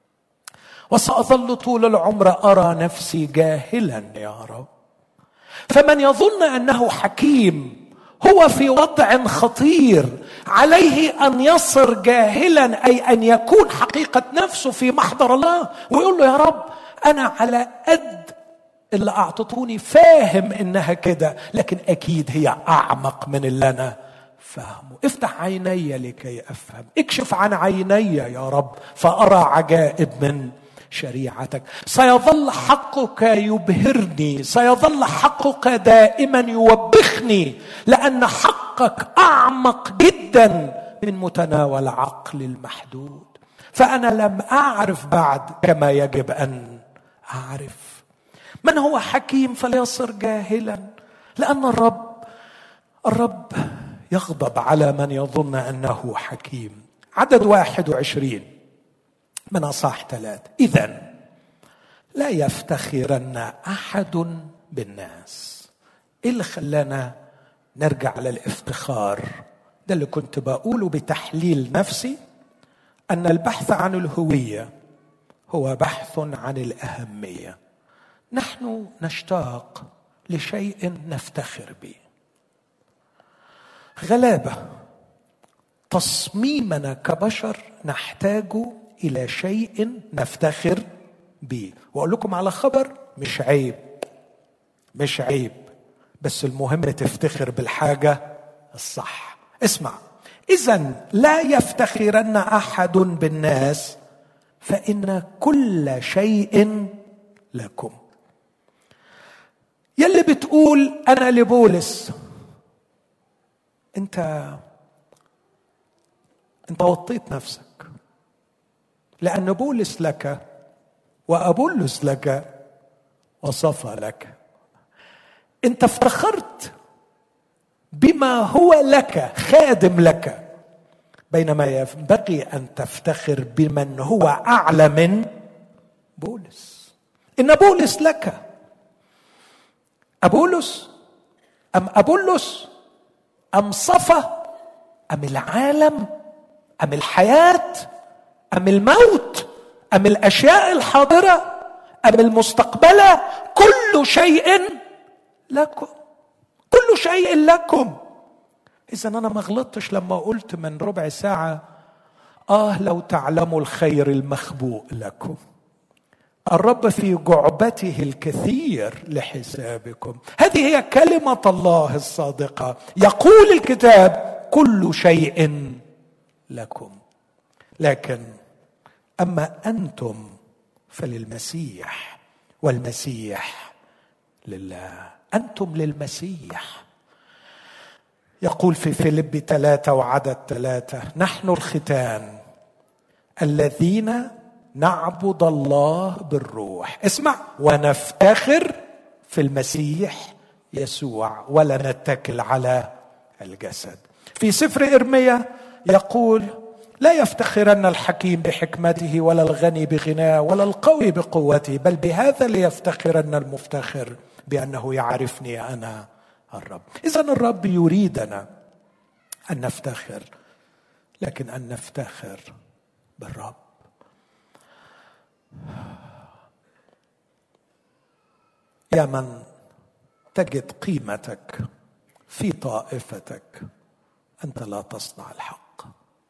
وسأظل طول العمر أرى نفسي جاهلا يا رب. فمن يظن أنه حكيم هو في وضع خطير، عليه أن يصر جاهلا، أي أن يكون حقيقة نفسه في محضر الله ويقول له يا رب أنا على قد اللي أعطتوني فاهم إنها كده، لكن أكيد هي أعمق من اللي أنا فاهمه. افتح عيني لكي أفهم، اكشف عن عيني يا رب فأرى عجائب من شريعتك. سيظل حقك يبهرني، سيظل حقك دائما يوبخني، لأن حقك أعمق جدا من متناول عقل المحدود. فأنا لم أعرف بعد كما يجب أن أعرف. من هو حكيم فليصر جاهلا، لأن الرب الرب يغضب على من يظن أنه حكيم. عدد واحد وعشرين من أصحاح ثلاثة: إذن لا يفتخرن أحد بالناس. إيه اللي خلانا نرجع للافتخار؟ ده اللي كنت بقوله بتحليل نفسي، أن البحث عن الهوية هو بحث عن الأهمية. نحن نشتاق لشيء نفتخر به. غلابة تصميمنا كبشر نحتاج إلى شيء نفتخر به. وأقول لكم على خبر، مش عيب مش عيب بس المهم تفتخر بالحاجة الصح. اسمع: إذن لا يفتخرن أحد بالناس فإن كل شيء لكم. يلي بتقول أنا لبولس، أنت أنت وطيت نفسك، لأن بولس لك وأبولس لك وصفى لك. أنت افتخرت بما هو لك، خادم لك، بينما ينبغي أن تفتخر بمن هو أعلى من بولس. إن بولس لك. أبولس أم أبولس أم صفى أم العالم أم الحياة أم الموت أم الأشياء الحاضرة أم المستقبلة، كل شيء لكم، كل شيء لكم. إذا أنا ما غلطتش لما قلت من ربع ساعة آه لو تعلموا الخير المخبوء لكم. الرب في جعبته الكثير لحسابكم. هذه هي كلمة الله الصادقة. يقول الكتاب كل شيء لكم، لكن أما أنتم فللمسيح والمسيح لله. أنتم للمسيح. يقول في فيليبي ثلاثة وعدد ثلاثة: نحن الختان الذين نعبد الله بالروح، اسمع، ونفتخر في المسيح يسوع ولا نتكل على الجسد. في سفر إرميا يقول لا يفتخرن الحكيم بحكمته ولا الغني بغناه ولا القوي بقوته، بل بهذا ليفتخرن المفتخر بأنه يعرفني أنا الرب. إذن الرب يريدنا أن نفتخر، لكن أن نفتخر بالرب. يا من تجد قيمتك في طائفتك أنت لا تصنع الحق.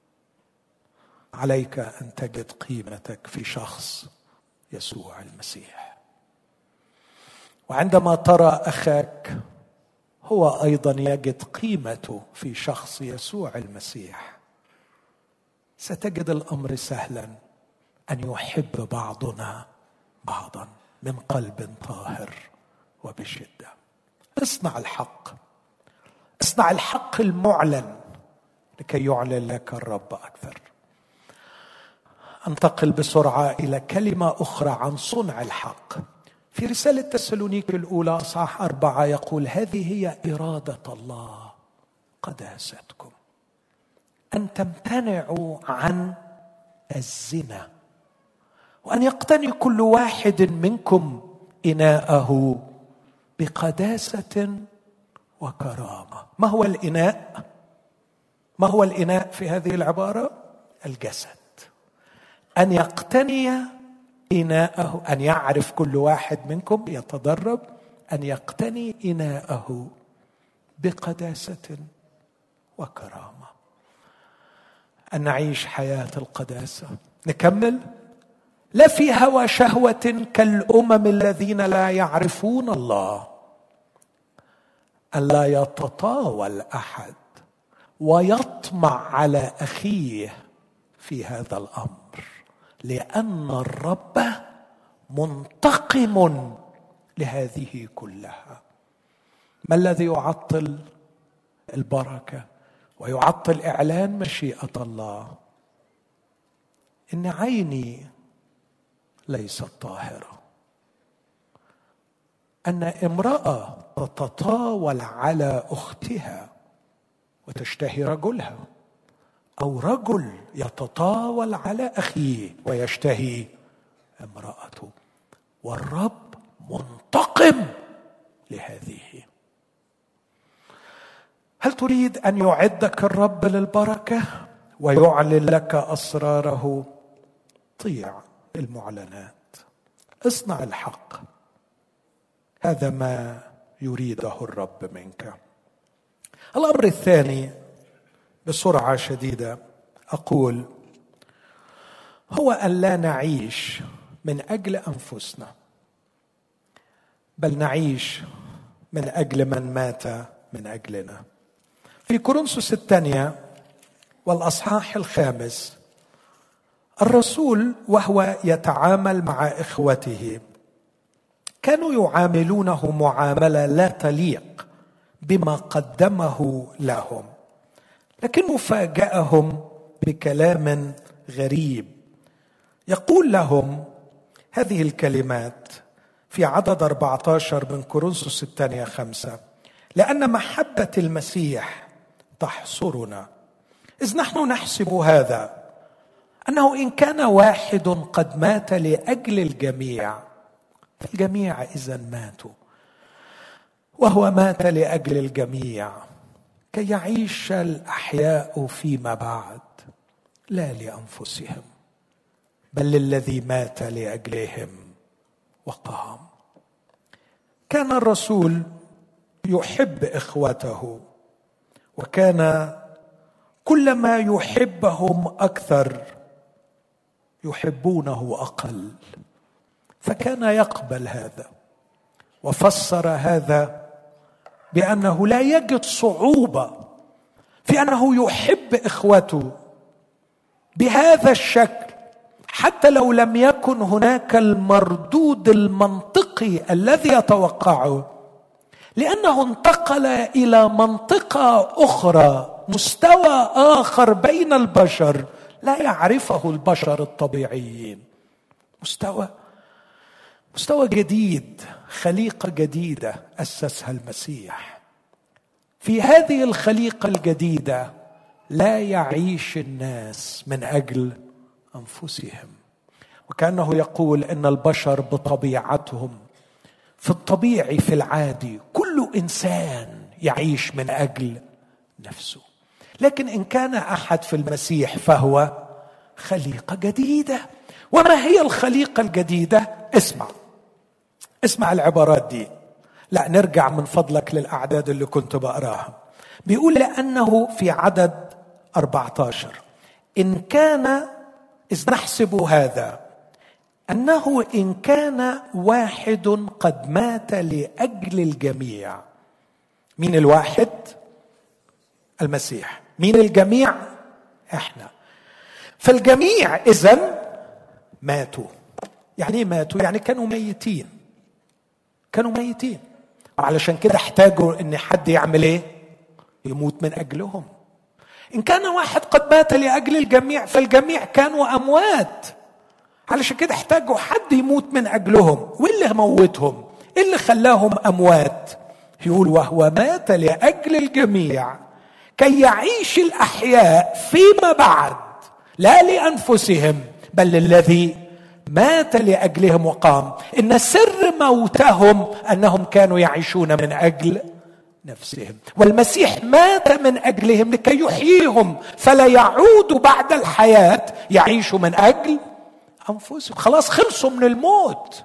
عليك أن تجد قيمتك في شخص يسوع المسيح. وعندما ترى أخاك هو أيضا يجد قيمته في شخص يسوع المسيح، ستجد الأمر سهلا أن يحب بعضنا بعضا من قلب طاهر وبشدة. اصنع الحق، اصنع الحق المعلن لكي يعلن لك الرب أكثر. أنتقل بسرعة إلى كلمة أخرى عن صنع الحق. في رسالة تسالونيك الأولى أصحاح أربعة يقول: هذه هي إرادة الله قداستكم، أن تمتنعوا عن الزنا، وأن يقتني كل واحد منكم إناءه بقداسة وكرامة. ما هو الإناء؟ ما هو الإناء في هذه العبارة؟ الجسد. أن يقتني إناءه، أن يعرف كل واحد منكم، يتدرب أن يقتني إناءه بقداسة وكرامة، أن نعيش حياة القداسة. نكمل: لا في هوى شهوة كالأمم الذين لا يعرفون الله، أن لا يتطاول أحد ويطمع على أخيه في هذا الأمر، لأن الرب منتقم لهذه كلها. ما الذي يعطل البركة ويعطل إعلان مشيئة الله؟ إن عيني ليست طاهرة، أن امرأة تتطاول على أختها وتشتهي رجلها، أو رجل يتطاول على أخيه ويشتهي امرأته، والرب منتقم لهذه. هل تريد أن يعدك الرب للبركة ويعلن لك أسراره؟ طيع المعلنات، اصنع الحق، هذا ما يريده الرب منك. الأمر الثاني بسرعة شديدة أقول هو أن لا نعيش من أجل أنفسنا، بل نعيش من أجل من مات من أجلنا. في كورنثوس الثانية والأصحاح الخامس الرسول وهو يتعامل مع إخوته كانوا يعاملونه معاملة لا تليق بما قدمه لهم، لكنه فاجأهم بكلام غريب. يقول لهم هذه الكلمات في عدد أربعة عشر من كورنثوس الثانية خمسة: لأن محبة المسيح تحصرنا، إذ نحن نحسب هذا، أنه إن كان واحد قد مات لأجل الجميع فالجميع إذن ماتوا، وهو مات لأجل الجميع كي يعيش الأحياء فيما بعد لا لأنفسهم بل للذي مات لأجلهم وقام. كان الرسول يحب إخوته، وكان كلما يحبهم أكثر يحبونه أقل، فكان يقبل هذا وفسر هذا بأنه لا يجد صعوبة في أنه يحب إخوته بهذا الشكل، حتى لو لم يكن هناك المردود المنطقي الذي يتوقعه، لأنه انتقل إلى منطقة أخرى، مستوى آخر بين البشر لا يعرفه البشر الطبيعيين، مستوى مستوى جديد، خليقة جديدة أسسها المسيح. في هذه الخليقة الجديدة لا يعيش الناس من أجل أنفسهم، وكأنه يقول إن البشر بطبيعتهم في الطبيعي في العادي كل إنسان يعيش من أجل نفسه، لكن إن كان أحد في المسيح فهو خليقة جديدة. وما هي الخليقة الجديدة؟ اسمع اسمع العبارات دي، لا نرجع من فضلك للأعداد اللي كنت بقراها. بيقول لأنه في عدد أربعة عشر إن كان إذ نحسب هذا أنه إن كان واحد قد مات لأجل الجميع. مين الواحد؟ المسيح. مين الجميع؟ إحنا. فالجميع إذن ماتوا. يعني إيه ماتوا؟ يعني كانوا ميتين، كانوا ميتين، علشان كده احتاجوا إن حد يعمل إيه؟ يموت من أجلهم. إن كان واحد قد مات لأجل الجميع فالجميع كانوا أموات، علشان كده احتاجوا حد يموت من أجلهم. واللي موتهم؟ اللي خلاهم أموات؟ يقول وهو مات لأجل الجميع كي يعيش الأحياء فيما بعد لا لأنفسهم بل للذي مات لأجلهم وقام. إن سر موتهم أنهم كانوا يعيشون من أجل نفسهم، والمسيح مات من أجلهم لكي يحييهم فلا يعودوا بعد الحياة يعيشوا من أجل أنفسهم. خلاص خلصوا من الموت،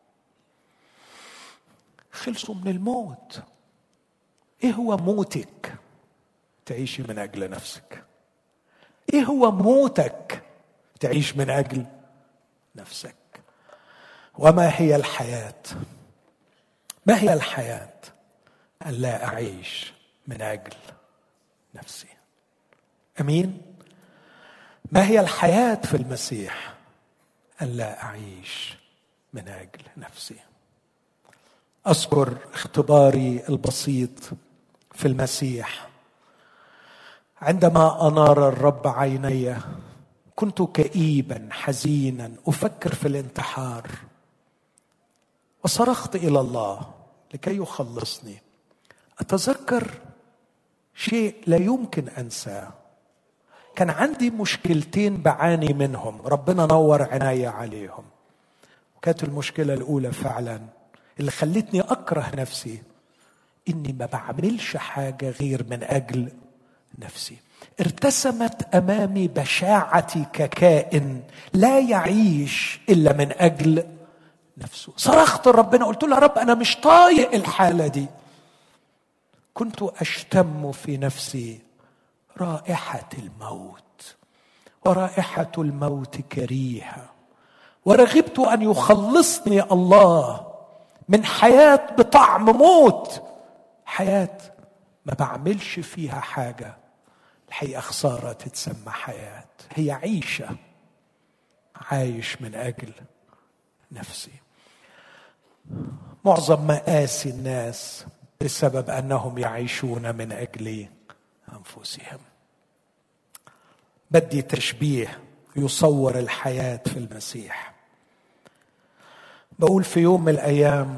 خلصوا من الموت. إيه هو موتك؟ تعيشي من أجل نفسك. إيه هو موتك؟ تعيش من أجل نفسك. وما هي الحياة؟ ما هي الحياة؟ أن لا أعيش من أجل نفسي. أمين؟ ما هي الحياة في المسيح؟ أن لا أعيش من أجل نفسي. أذكر اختباري البسيط في المسيح عندما أنار الرب عيني. كنت كئيبا حزينا أفكر في الانتحار، وصرخت إلى الله لكي يخلصني. أتذكر شيء لا يمكن أنساه. كان عندي مشكلتين بعاني منهم، ربنا نور عناية عليهم. وكانت المشكلة الأولى فعلا اللي خلتني أكره نفسي إني ما بعملش حاجة غير من أجل نفسي. ارتسمت أمامي بشاعتي ككائن لا يعيش إلا من أجل نفسه. صرخت ربنا، قلت له يا رب أنا مش طايق الحالة دي. كنت أشتم في نفسي رائحة الموت، ورائحة الموت كريهة، ورغبت أن يخلصني الله من حياة بطعم موت، حياة ما بعملش فيها حاجة. الحقيقة خسارة تتسمى حياة، هي عيشة عايش من أجل نفسي. معظم مآسي الناس بسبب أنهم يعيشون من أجل أنفسهم. بدي تشبيه يصور الحياة في المسيح. بقول في يوم من الأيام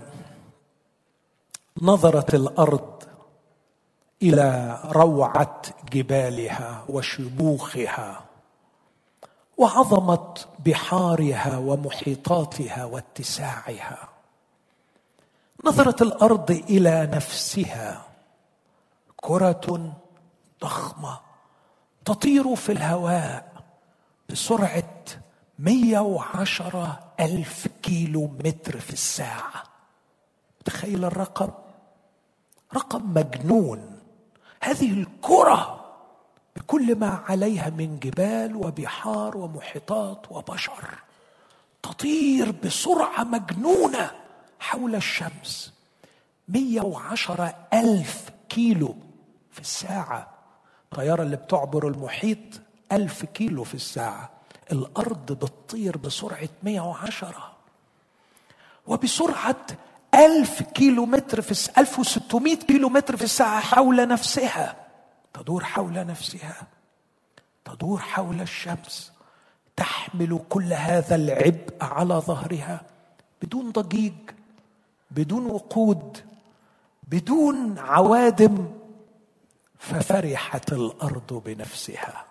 نظرت الأرض إلى روعة جبالها وشموخها وعظمة بحارها ومحيطاتها واتساعها. نظرت الأرض إلى نفسها كرة ضخمة تطير في الهواء بسرعة مئة وعشرة ألف كيلو متر في الساعة. تخيل الرقم، رقم مجنون. هذه الكرة بكل ما عليها من جبال وبحار ومحيطات وبشر تطير بسرعة مجنونة حول الشمس، مئة وعشرة ألف كيلو في الساعة. الطيارة اللي بتعبر المحيط ألف كيلو في الساعة، الأرض بتطير بسرعة مئة وعشرة، وبسرعة ألف كيلو متر في الساعة، ألف وستمائة كيلو متر في الساعة حول نفسها. تدور حول نفسها، تدور حول الشمس، تحمل كل هذا العبء على ظهرها بدون ضجيج، بدون وقود، بدون عوادم. ففرحت الأرض بنفسها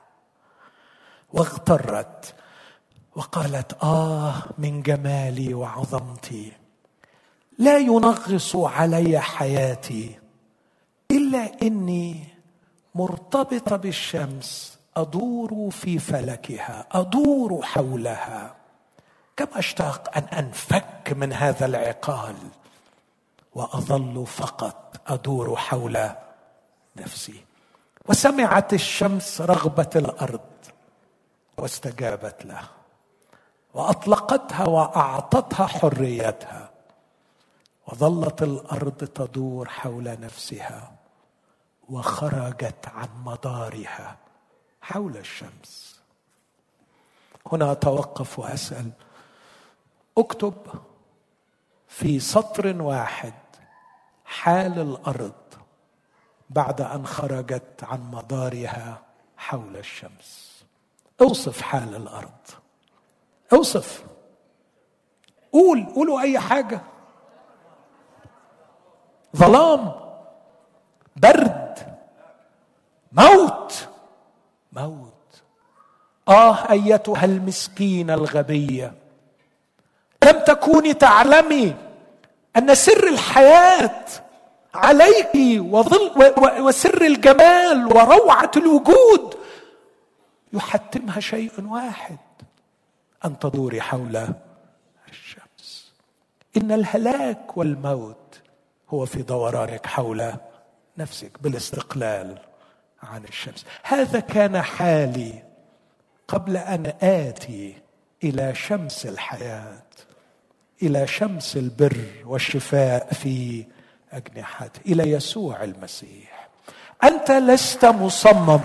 واغترت وقالت آه من جمالي وعظمتي، لا ينغص علي حياتي إلا إني مرتبطة بالشمس، أدور في فلكها، أدور حولها. كم أشتاق أن أنفك من هذا العقال وأظل فقط أدور حول نفسي. وسمعت الشمس رغبة الأرض واستجابت له، وأطلقتها وأعطتها حريتها، وظلت الأرض تدور حول نفسها وخرجت عن مدارها حول الشمس. هنا أتوقف وأسأل، اكتب في سطر واحد حال الأرض بعد أن خرجت عن مدارها حول الشمس. اوصف حال الأرض، اوصف، قول، قولوا أي حاجة. ظلام، برد، موت، موت. آه أيتها المسكينة الغبية، لم تكوني تعلمي أن سر الحياة عليك وظل وسر الجمال وروعة الوجود يحتمها شيء واحد، أن تدوري حول الشمس. إن الهلاك والموت هو في دورانك حول نفسك بالاستقلال عن الشمس. هذا كان حالي قبل أن آتي إلى شمس الحياة، إلى شمس البر والشفاء في أجنحته، إلى يسوع المسيح. أنت لست مصمم،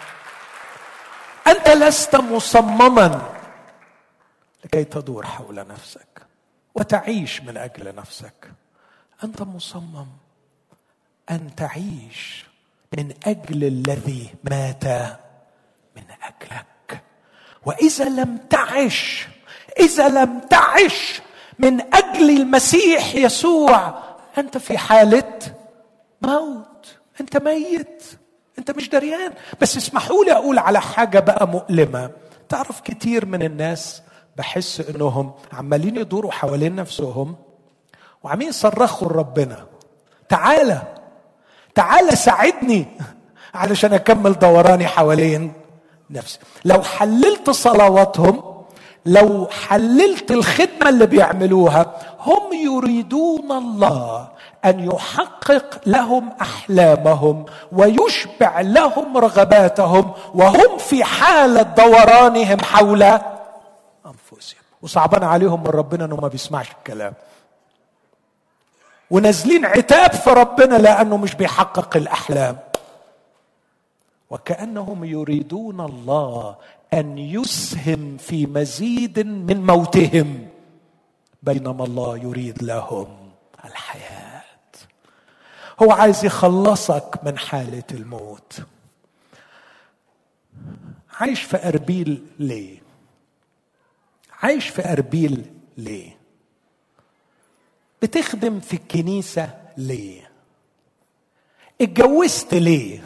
أنت لست مصمما لكي تدور حول نفسك وتعيش من أجل نفسك. أنت مصمم أن تعيش من أجل الذي مات من أجلك. وإذا لم تعش، إذا لم تعش من أجل المسيح يسوع، أنت في حالة موت، أنت ميت، أنت مش دريان. بس اسمحوا لي أقول على حاجة بقى مؤلمة. تعرف كتير من الناس بحس إنهم عمالين يدوروا حوالين نفسهم وعمالين يصرخوا لربنا، تعالى تعالى ساعدني علشان أكمل دوراني حوالين نفسي. لو حللت صلواتهم، لو حللت الخدمة اللي بيعملوها، هم يريدون الله أن يحقق لهم أحلامهم ويشبع لهم رغباتهم وهم في حالة دورانهم حول أنفسهم. وصعبان عليهم من ربنا أنه ما بيسمعش الكلام، ونازلين عتاب في ربنا لأنه مش بيحقق الأحلام، وكأنهم يريدون الله أن يسهم في مزيد من موتهم، بينما الله يريد لهم الحياة. هو عايز يخلصك من حالة الموت. عايش في أربيل ليه؟ عايش في أربيل ليه؟ بتخدم في الكنيسة ليه؟ اتجوزت ليه؟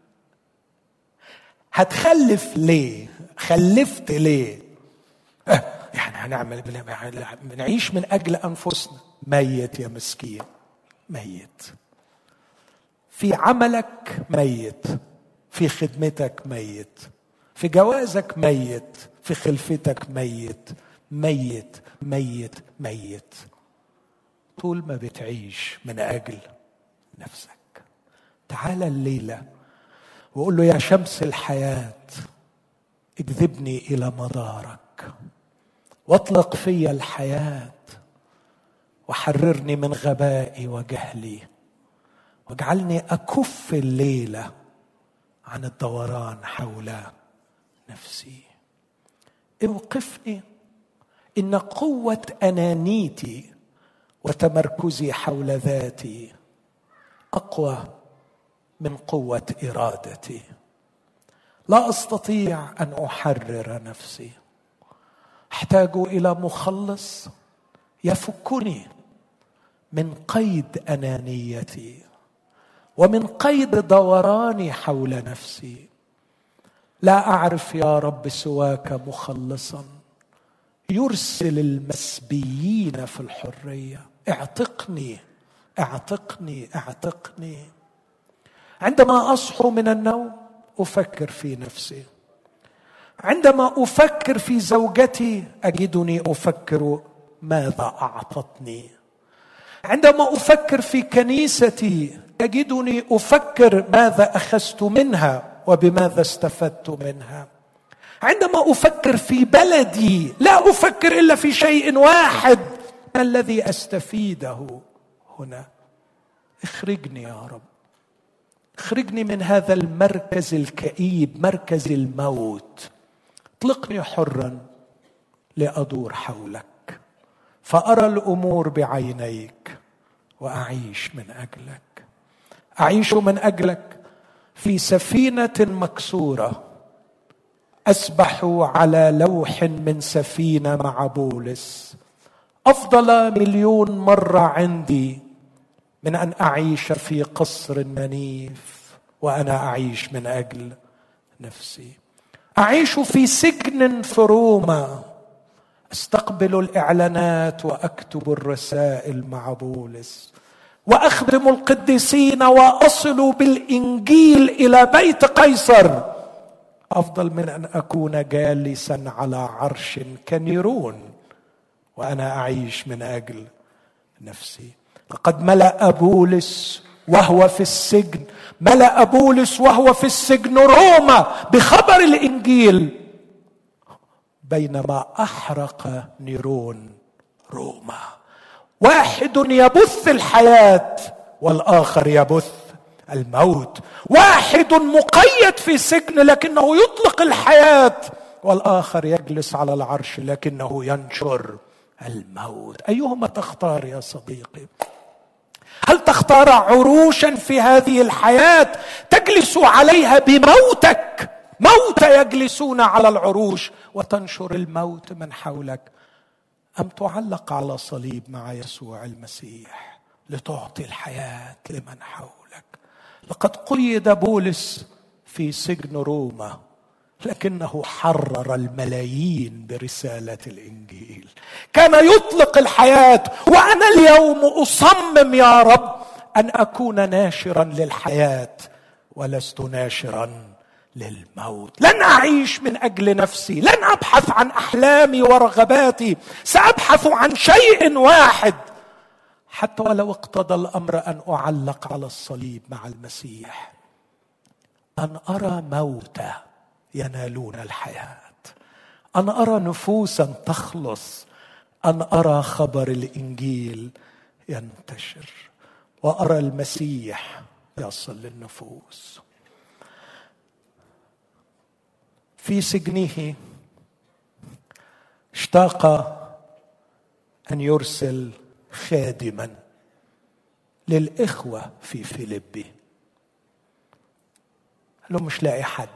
هتخلف ليه؟ خلفت ليه؟ اه يعني هنعمل بنعيش من أجل أنفسنا. ميت يا مسكين، ميت في عملك، ميت في خدمتك، ميت في جوازك، ميت في خلفتك، ميت ميت ميت ميت طول ما بتعيش من أجل نفسك. تعال الليلة وقول له يا شمس الحياة اجذبني إلى مدارك، واطلق في الحياة، وحررني من غبائي وجهلي، واجعلني أكف الليلة عن الدوران حول نفسي. اوقفني إن قوة أنانيتي وتمركزي حول ذاتي أقوى من قوة إرادتي. لا أستطيع أن أحرر نفسي، أحتاج إلى مخلص يفكني من قيد أنانيتي ومن قيد دوراني حول نفسي. لا أعرف يا رب سواك مخلصا يرسل المسبيين في الحرية. اعتقني اعتقني اعتقني. عندما أصحو من النوم أفكر في نفسي، عندما أفكر في زوجتي أجدني أفكر ماذا أعطتني، عندما أفكر في كنيستي أجدني أفكر ماذا أخذت منها وبماذا استفدت منها. عندما أفكر في بلدي لا أفكر إلا في شيء واحد: ما الذي أستفيده هنا؟ اخرجني يا رب، اخرجني من هذا المركز الكئيب، مركز الموت. اطلقني حرا لأدور حولك، فأرى الأمور بعينيك وأعيش من أجلك. أعيش من أجلك في سفينة مكسورة، أسبح على لوح من سفينة مع بولس. أفضل مليون مرة عندي من أن أعيش في قصر منيف وأنا أعيش من أجل نفسي. أعيش في سجن في روما، أستقبل الإعلانات وأكتب الرسائل مع بولس، وأخدم القديسين وأصل بالإنجيل إلى بيت قيصر، أفضل من أن أكون جالسا على عرش كنيرون وأنا أعيش من أجل نفسي. لقد ملأ بولس وهو في السجن، ملأ بولس وهو في السجن روما بخبر الإنجيل، بينما أحرق نيرون روما. واحد يبث الحياة والآخر يبث الموت. واحد مقيد في سجن لكنه يطلق الحياة، والآخر يجلس على العرش لكنه ينشر الموت. أيهما تختار يا صديقي؟ هل تختار عروشا في هذه الحياة تجلس عليها بموتك، موت يجلسون على العروش، وتنشر الموت من حولك، أم تعلق على صليب مع يسوع المسيح لتعطي الحياة لمن حولك؟ لقد قيد بولس في سجن روما لكنه حرر الملايين برسالة الإنجيل. كان يطلق الحياة، وأنا اليوم أصمم يا رب أن أكون ناشرا للحياة ولست ناشرا للموت. لن أعيش من أجل نفسي، لن أبحث عن أحلامي ورغباتي، سأبحث عن شيء واحد، حتى ولو اقتضى الأمر أن أعلق على الصليب مع المسيح، أن أرى موتى ينالون الحياة، أن أرى نفوسا تخلص، أن أرى خبر الإنجيل ينتشر، وأرى المسيح يصل للنفوس. في سجنه اشتاق أن يرسل خادما للإخوة في فيليبي. قال له مش لاقي حد.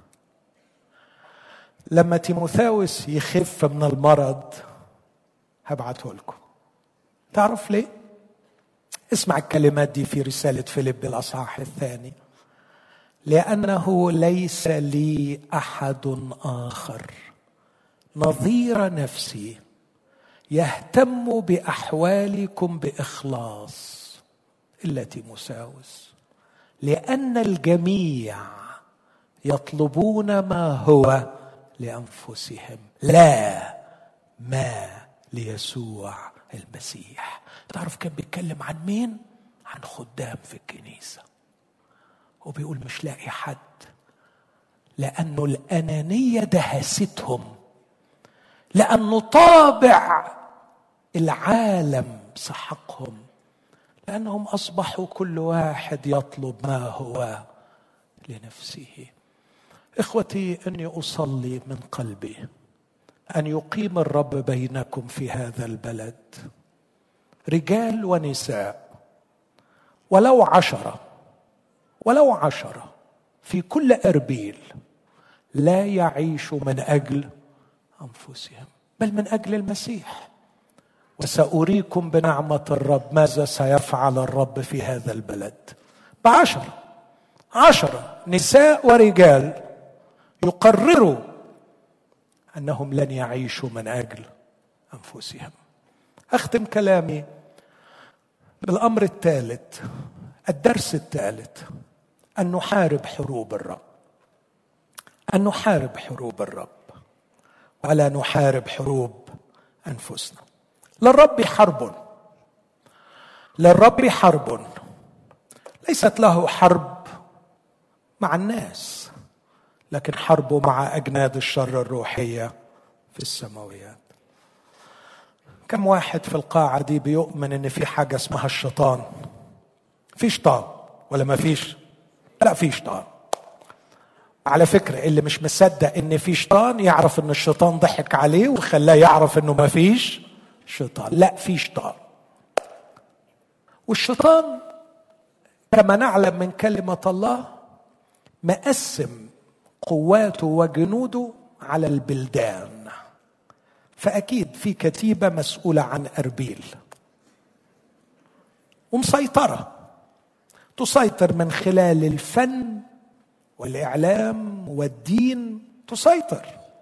لما تيموثاوس يخف من المرض هبعته لكم. تعرف ليه؟ اسمع الكلمات دي في رسالة فيليبي الأصحاح الثاني: لأنه ليس لي أحد آخر نظير نفسي يهتم بأحوالكم بإخلاص إلا تيموثاوس، لأن الجميع يطلبون ما هو لأنفسهم لا ما ليسوع المسيح. تعرف كان بيتكلم عن مين؟ عن خدام في الكنيسة، وبيقول مش لاقي حد، لأنه الأنانية دهستهم، لأنه طابع العالم سحقهم، لأنهم أصبحوا كل واحد يطلب ما هو لنفسه. إخوتي، أني أصلي من قلبي أن يقيم الرب بينكم في هذا البلد رجال ونساء، ولو عشرة ولو عشرة في كل أربيل، لا يعيشوا من أجل أنفسهم بل من أجل المسيح. وسأريكم بنعمة الرب ماذا سيفعل الرب في هذا البلد. بعشرة عشرة نساء ورجال يقرروا أنهم لن يعيشوا من أجل أنفسهم. أختم كلامي بالأمر الثالث، الدرس الثالث: أن نحارب حروب الرب، أن نحارب حروب الرب ولا نحارب حروب أنفسنا. للرب حرب للرب حرب، ليست له حرب مع الناس، لكن حربه مع أجناد الشر الروحية في السماويات. كم واحد في القاعة دي بيؤمن إن في حاجة اسمها الشيطان؟ في شيطان ولا ما فيش؟ لا، في شيطان. على فكرة اللي مش مصدق إن في شيطان يعرف إن الشيطان ضحك عليه وخلاه يعرف إنه ما فيش شيطان. لا، في شيطان. والشيطان كما نعلم من كلمة الله مقسم قواته وجنوده على البلدان. فأكيد في كتيبة مسؤولة عن أربيل ومسيطرة، تسيطر من خلال الفن والإعلام والدين، تسيطر،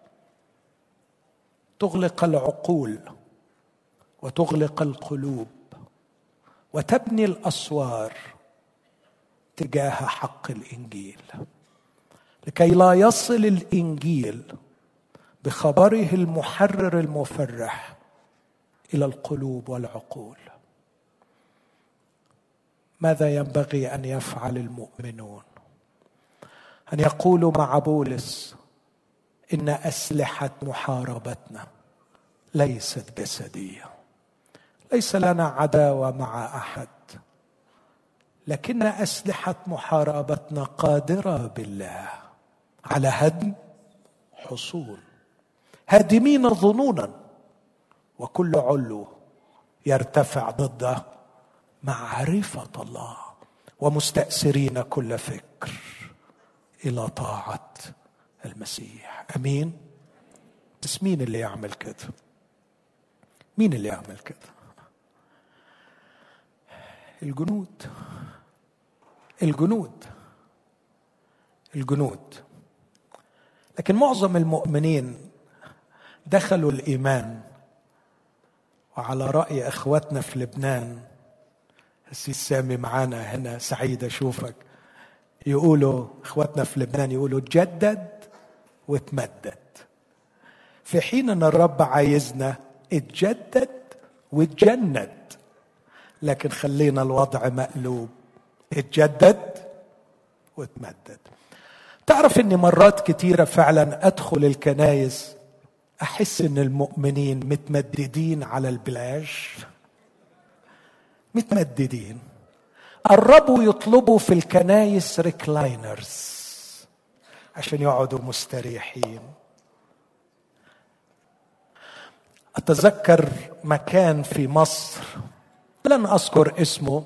تغلق العقول وتغلق القلوب وتبني الأسوار تجاه حق الإنجيل، لكي لا يصل الإنجيل بخبره المحرر المفرح إلى القلوب والعقول. ماذا ينبغي أن يفعل المؤمنون؟ أن يقولوا مع بولس: إن أسلحة محاربتنا ليست جسدية، ليس لنا عداوة مع أحد، لكن أسلحة محاربتنا قادرة بالله على هدم حصون، هادمين ظنونا وكل علو يرتفع ضد معرفة الله، ومستأثرين كل فكر إلى طاعة المسيح. أمين. بس مين اللي يعمل كده؟ مين اللي يعمل كده؟ الجنود الجنود الجنود لكن معظم المؤمنين دخلوا الإيمان، وعلى رأي أخواتنا في لبنان، السيس سامي معانا هنا، سعيد أشوفك، يقولوا أخواتنا في لبنان يقولوا تجدد وتمدد، في حين أن الرب عايزنا اتجدد وتجند، لكن خلينا الوضع مقلوب، اتجدد وتمدد. تعرف أني مرات كتيرة فعلا أدخل الكنايس أحس أن المؤمنين متمددين على البلاج، متمددين. قربوا يطلبوا في الكنايس ريكلاينرز عشان يقعدوا مستريحين. أتذكر مكان في مصر لن أذكر اسمه،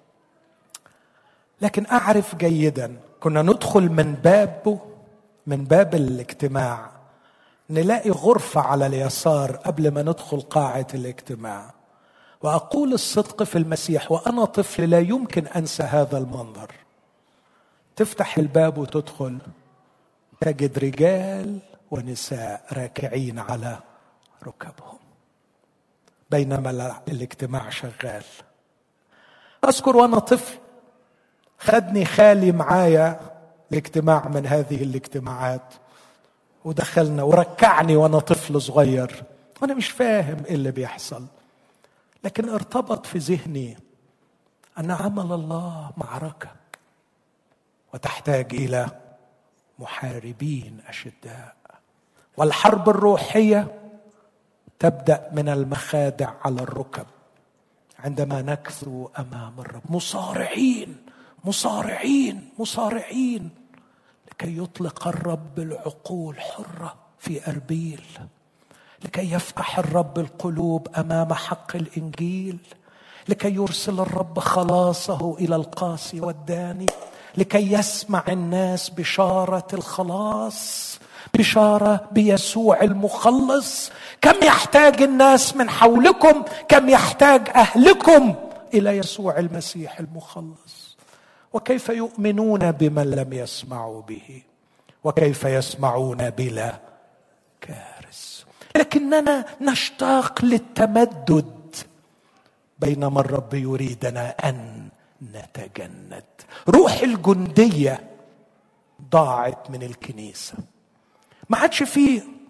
لكن أعرف جيدا، كنا ندخل من بابه من باب الاجتماع نلاقي غرفة على اليسار قبل ما ندخل قاعة الاجتماع، وأقول الصدق في المسيح وأنا طفل لا يمكن أنسى هذا المنظر. تفتح الباب وتدخل تجد رجال ونساء راكعين على ركبهم بينما الاجتماع شغال. أذكر وأنا طفل خدني خالي معايا الاجتماع من هذه الاجتماعات، ودخلنا وركعني وأنا طفل صغير وأنا مش فاهم إيه اللي بيحصل، لكن ارتبط في ذهني أن عمل الله معركة وتحتاج إلى محاربين أشداء، والحرب الروحية تبدأ من المخادع على الركب عندما نكثو أمام الرب مصارعين مصارعين مصارعين لكي يطلق الرب العقول حرة في أربيل، لكي يفتح الرب القلوب أمام حق الإنجيل، لكي يرسل الرب خلاصه إلى القاسي والداني، لكي يسمع الناس بشارة الخلاص، بشارة بيسوع المخلص. كم يحتاج الناس من حولكم، كم يحتاج أهلكم إلى يسوع المسيح المخلص. وكيف يؤمنون بمن لم يسمعوا به، وكيف يسمعون بلا كارث. لكننا نشتاق للتمدد بينما الرب يريدنا أن نتجند. روح الجندية ضاعت من الكنيسة، ما عادش فيه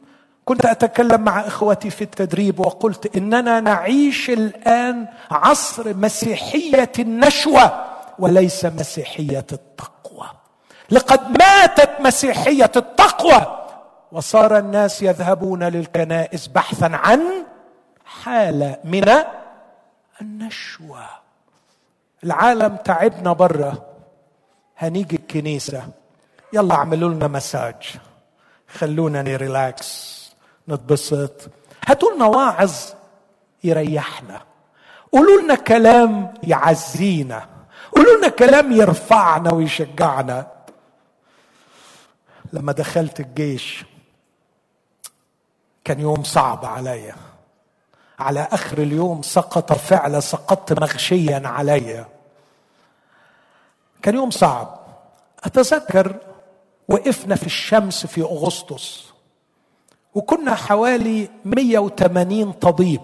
كنت أتكلم مع إخوتي في التدريب وقلت إننا نعيش الآن عصر مسيحية النشوة وليس مسيحية التقوى. لقد ماتت مسيحية التقوى وصار الناس يذهبون للكنائس بحثا عن حالة من النشوة. العالم تعبنا برا، هنيجي الكنيسة يلا اعملوا لنا مساج، خلونا نريلاكس نتبسط، هاتوا لنا واعظ يريحنا، قولوا لنا كلام يعزينا، قولوا لنا كلام يرفعنا ويشجعنا. لما دخلت الجيش كان يوم صعب عليا، على آخر اليوم سقط فعلا، سقطت مغشيا عليا، كان يوم صعب. أتذكر وقفنا في الشمس في أغسطس وكنا حوالي مية وثمانين طبيب،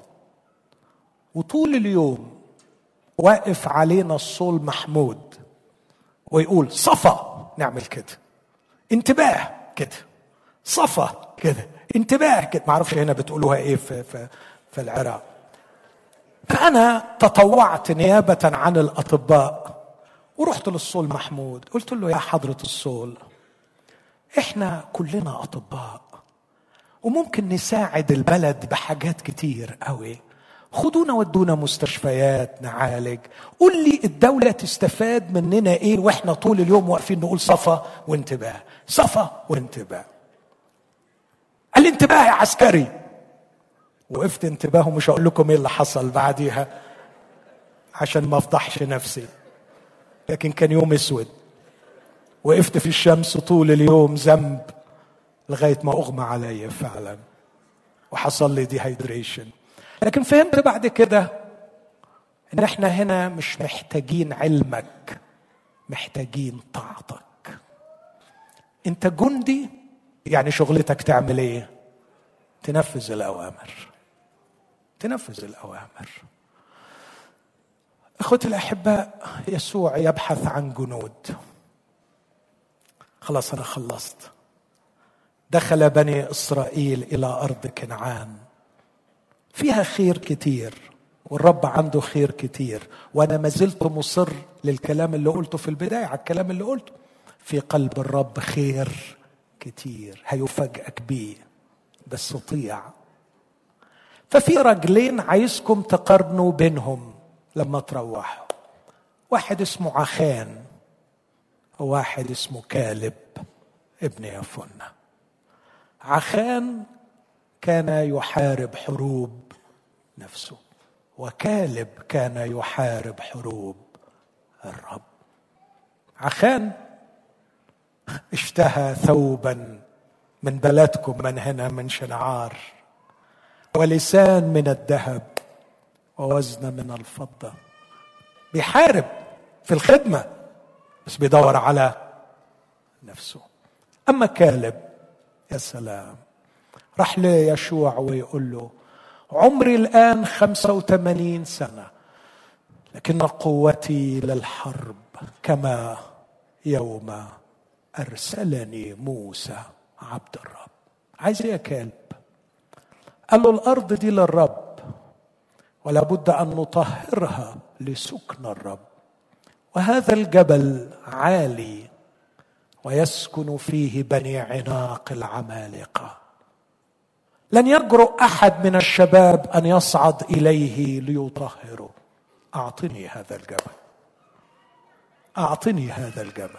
وطول اليوم واقف علينا الصول محمود ويقول صفا، نعمل كده، انتباه كده، صفا كده، انتباه كده، معرفش هنا بتقولوها ايه في, في, في العراق. فأنا تطوعت نيابة عن الأطباء ورحت للصول محمود، قلت له يا حضرة الصول، احنا كلنا أطباء وممكن نساعد البلد بحاجات كتير قوي، خدونا ودونا مستشفيات نعالج، قول لي الدولة تستفاد مننا ايه واحنا طول اليوم واقفين نقول صفا وانتباه صفا وانتباه. قال لي انتباه يا عسكري. وقفت انتباه، ومش هقول لكم ايه اللي حصل بعديها عشان ما افضحش نفسي، لكن كان يوم اسود. وقفت في الشمس طول اليوم ذنب لغاية ما اغمى علي فعلا وحصل لي ديهايدريشن. لكن فهمت بعد كده ان احنا هنا مش محتاجين علمك، محتاجين طاعتك. انت جندي، يعني شغلتك تعمل ايه؟ تنفذ الاوامر، تنفذ الاوامر. اخوتي الاحباء، يسوع يبحث عن جنود. خلاص انا خلصت. دخل بني اسرائيل الى ارض كنعان، فيها خير كتير والرب عنده خير كتير، وانا ما زلت مصر للكلام اللي قلته في البدايه، على الكلام اللي قلته، في قلب الرب خير كتير هيفاجئك بيه، بس طيع. ففي رجلين عايزكم تقارنوا بينهم لما تروحوا، واحد اسمه عخان وواحد اسمه كالب ابن يفنة. عخان كان يحارب حروب نفسه، وكالب كان يحارب حروب الرب. عخان اشتهى ثوبا من بلدكم من هنا من شنعار، ولسان من الذهب، ووزن من الفضة. بيحارب في الخدمة بس بيدور على نفسه. أما كالب يا سلام، راح ليشوع ويقول له عمري الآن خمسة وثمانين سنة، لكن قوتي للحرب كما يوم أرسلني موسى عبد الرب. عايز ايه يا كالب؟ قال له الأرض دي للرب، ولا بد أن نطهرها لسكن الرب، وهذا الجبل عالي ويسكن فيه بني عناق العمالقة، لن يجرؤ أحد من الشباب أن يصعد إليه ليطهره. أعطني هذا الجبل، أعطني هذا الجبل،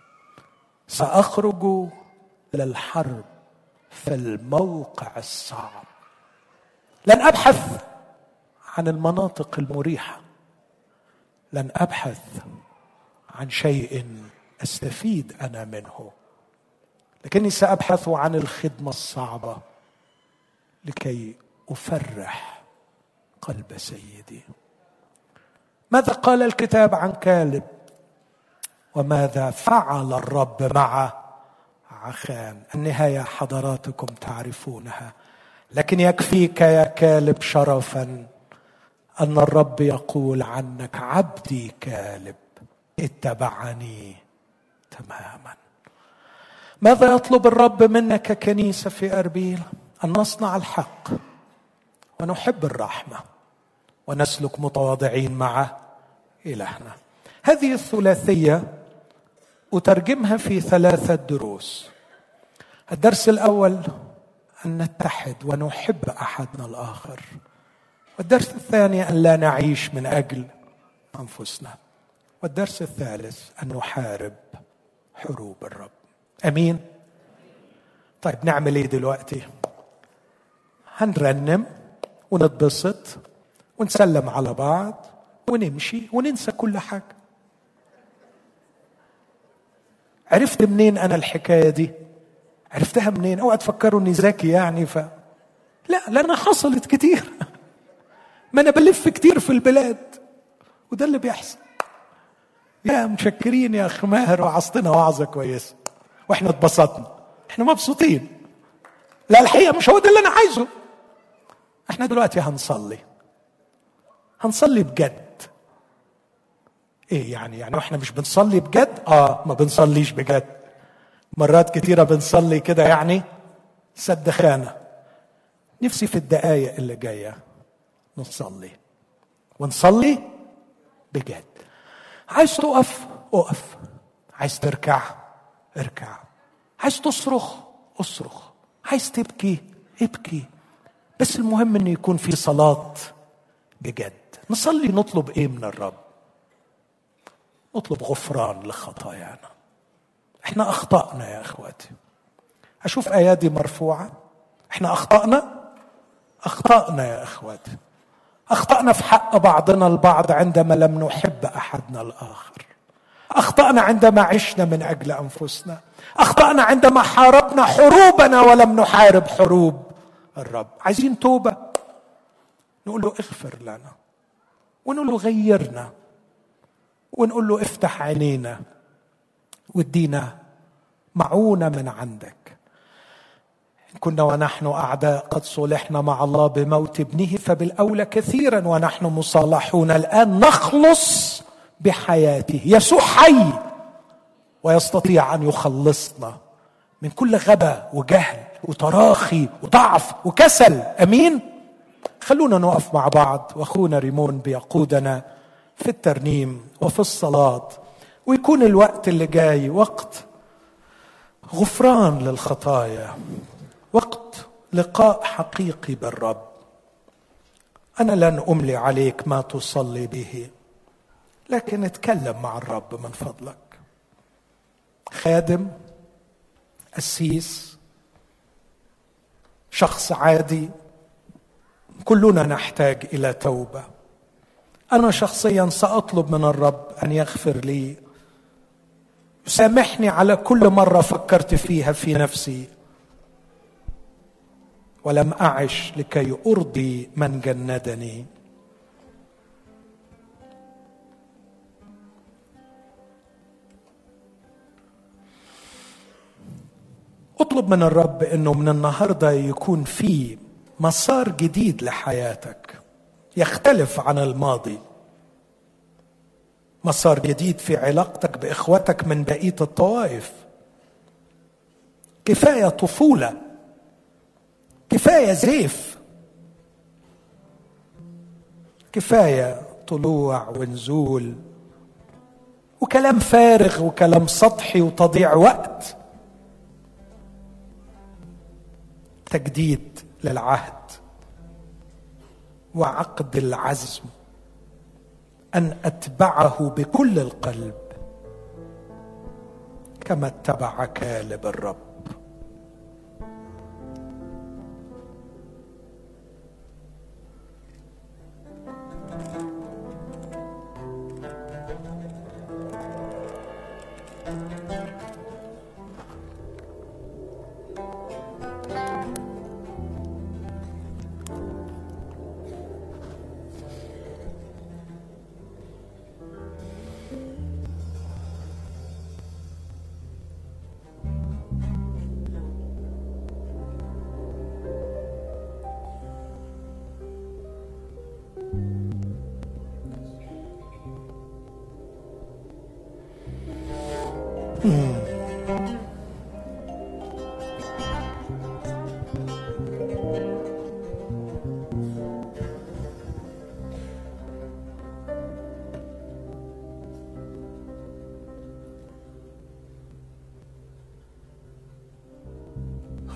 سأخرج للحرب في الموقع الصعب. لن أبحث عن المناطق المريحة، لن أبحث عن شيء أستفيد أنا منه، لكني سأبحث عن الخدمة الصعبة لكي أفرح قلب سيدي. ماذا قال الكتاب عن كالب؟ وماذا فعل الرب مع عخان؟ النهاية حضراتكم تعرفونها، لكن يكفيك يا كالب شرفا أن الرب يقول عنك عبدي كالب اتبعني تماما. ماذا يطلب الرب منك ككنيسة في أربيل؟ أن نصنع الحق ونحب الرحمة ونسلك متواضعين مع إلهنا. هذه الثلاثية أترجمها في ثلاثة دروس. الدرس الأول أن نتحد ونحب أحدنا الآخر، والدرس الثاني أن لا نعيش من أجل أنفسنا، والدرس الثالث أن نحارب حروب الرب. أمين. طيب نعمل إيه دلوقتي؟ هنرنم ونتبسط ونسلم على بعض ونمشي وننسى كل حاجة. عرفت منين أنا الحكاية دي؟ عرفتها منين؟ اوعى تفكروا اني ذكي يعني ف لا لأنها حصلت كتير. ما أنا بلف كتير في البلاد وده اللي بيحصل. يا مشكرين يا أخ ماهر، وعظتنا وعظة كويسة وإحنا اتبسطنا، إحنا مبسوطين. لا الحقيقة مش هو ده اللي أنا عايزه. إحنا دلوقتي هنصلي هنصلي بجد. إيه يعني؟ يعني إحنا مش بنصلي بجد؟ آه ما بنصليش بجد. مرات كتيرة بنصلي كده يعني سدخانة. نفسي في الدقايق اللي جاية نصلي ونصلي بجد. عايز تقف اقف، عايز تركع اركع، عايز تصرخ اصرخ، عايز تبكي ابكي، بس المهم ان يكون في صلاة بجد. نصلي نطلب ايه من الرب؟ نطلب غفران لخطايانا. احنا اخطأنا يا اخواتي. اشوف ايادي مرفوعة. احنا اخطأنا اخطأنا يا اخواتي. اخطأنا في حق بعضنا البعض عندما لم نحب احدنا الاخر. اخطأنا عندما عشنا من اجل انفسنا. اخطأنا عندما حاربنا حروبنا ولم نحارب حروب الرب. عايزين توبة، نقول له اغفر لنا، ونقول له غيرنا، ونقول له افتح عينينا وادينا معونة من عندك. إن كنا ونحن أعداء قد صلحنا مع الله بموت ابنه، فبالأولى كثيرا ونحن مصالحون الآن نخلص بحياته. يسوع حي ويستطيع أن يخلصنا من كل غبا وجهل وتراخي وضعف وكسل. أمين. خلونا نقف مع بعض، وأخونا ريمون بيقودنا في الترنيم وفي الصلاة، ويكون الوقت اللي جاي وقت غفران للخطايا، وقت لقاء حقيقي بالرب. أنا لن أملي عليك ما تصلي به، لكن اتكلم مع الرب من فضلك. خادم، قسيس، شخص عادي، كلنا نحتاج إلى توبة. أنا شخصيا سأطلب من الرب أن يغفر لي، يسامحني على كل مرة فكرت فيها في نفسي ولم أعش لكي أرضي من جندني. اطلب من الرب أنه من النهاردة يكون في مسار جديد لحياتك يختلف عن الماضي، مسار جديد في علاقتك بإخوتك من بقية الطوائف. كفاية طفولة، كفاية زيف، كفاية طلوع ونزول وكلام فارغ وكلام سطحي وتضيع وقت. تجديد للعهد وعقد العزم أن أتبعه بكل القلب كما اتبع كالب الرب.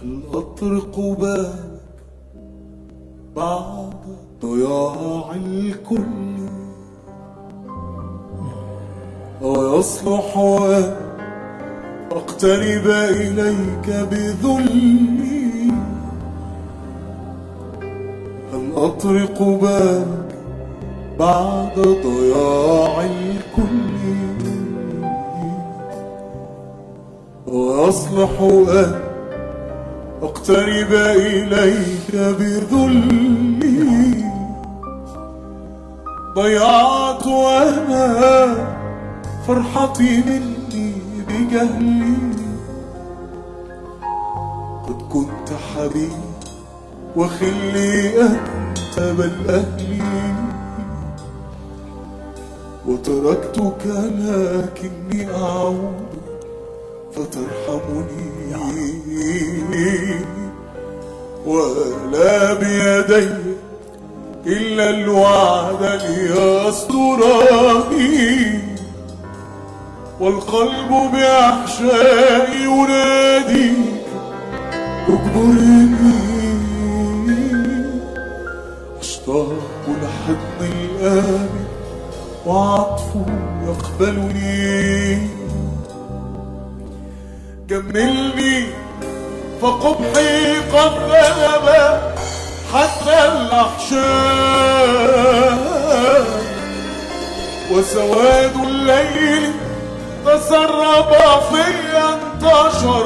هل أطرق باب بعد ضياع الكل ويصلح أن أقترب إليك بذلي؟ هل أطرق باب بعد ضياع الكل ويصلح أن أقترب إليك بذلي؟ ضيعت أنا فرحتي مني بجهلي، قد كنت حبيبي وخلي أنت بل أهلي، وتركتك لكني أعود فترحمني، ولا بيدي إلا الوعد ليسترني، والقلب بأحشائي يناديك اجبرني، أشتاق لحضن الآمن وعطفه يقبلني، جملني فقبحي قد ذهب حتى الأحشاء، وسواد الليل تسرب في انتشر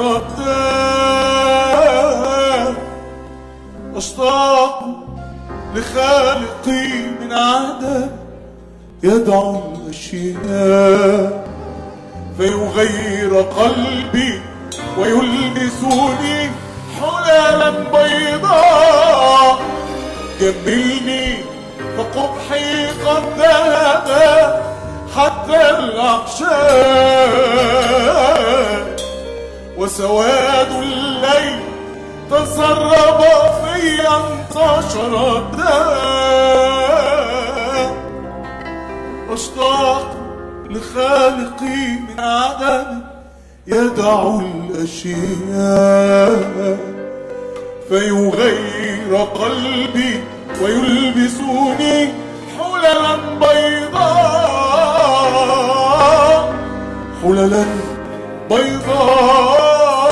الداء، أشتاق لخالقي من عدم يدعو الأشياء فيغير قلبي ويلبسوني حلالا بيضاء، جملني فقبحي قد ذهب حتى الأحشاء، وسواد الليل تسرب في انتشر الداء، أشتاق لخالقي من عدم يدعو الأشياء فيغير قلبي ويلبسوني حللا بيضاء، حللا بيضاء.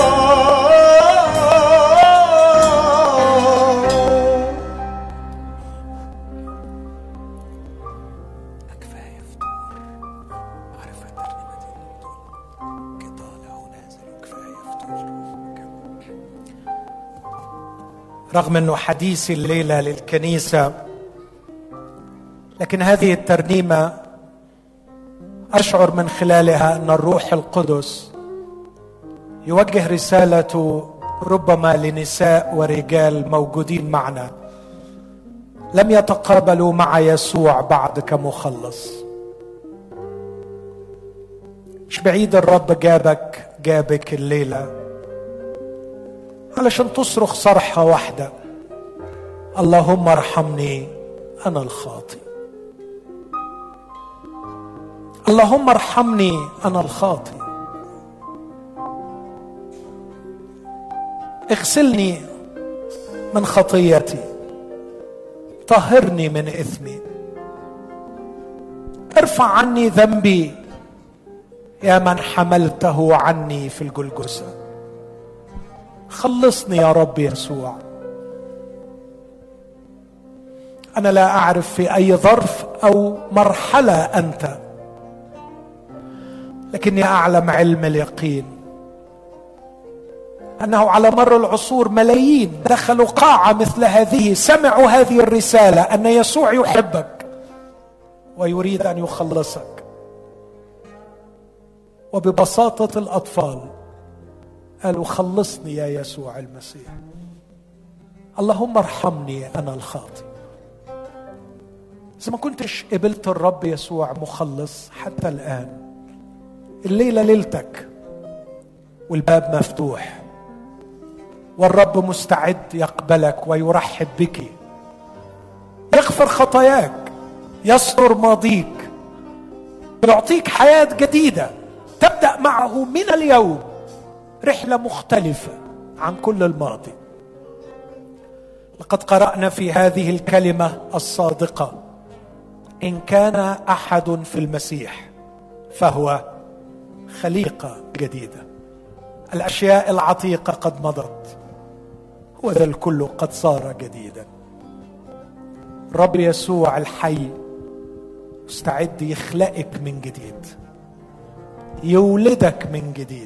رغم أنه حديث الليلة للكنيسة، لكن هذه الترنيمة أشعر من خلالها أن الروح القدس يوجه رسالته ربما لنساء ورجال موجودين معنا لم يتقابلوا مع يسوع بعد كمخلص. مش بعيد الرب جابك جابك الليلة علشان تصرخ صرخة واحدة: اللهم ارحمني أنا الخاطئ، اللهم ارحمني أنا الخاطئ، اغسلني من خطيتي، طهرني من إثمي، ارفع عني ذنبي يا من حملته عني في الجلجثة. خلصني يا رب يسوع. أنا لا أعرف في أي ظرف أو مرحلة أنت، لكني أعلم علم اليقين أنه على مر العصور ملايين دخلوا قاعة مثل هذه، سمعوا هذه الرسالة أن يسوع يحبك ويريد أن يخلصك، وببساطة الأطفال قالوا: خلصني يا يسوع المسيح، اللهم ارحمني أنا الخاطئ. إذا ما كنتش قبلت الرب يسوع مخلص حتى الآن، الليلة ليلتك والباب مفتوح، والرب مستعد يقبلك ويرحب بك، يغفر خطاياك، يستر ماضيك، يعطيك حياة جديدة تبدأ معه من اليوم، رحلة مختلفة عن كل الماضي. لقد قرأنا في هذه الكلمة الصادقة: إن كان أحد في المسيح فهو خليقة جديدة، الأشياء العتيقة قد مضت، وذا الكل قد صار جديدا. رب يسوع الحي مستعد يخلقك من جديد، يولدك من جديد،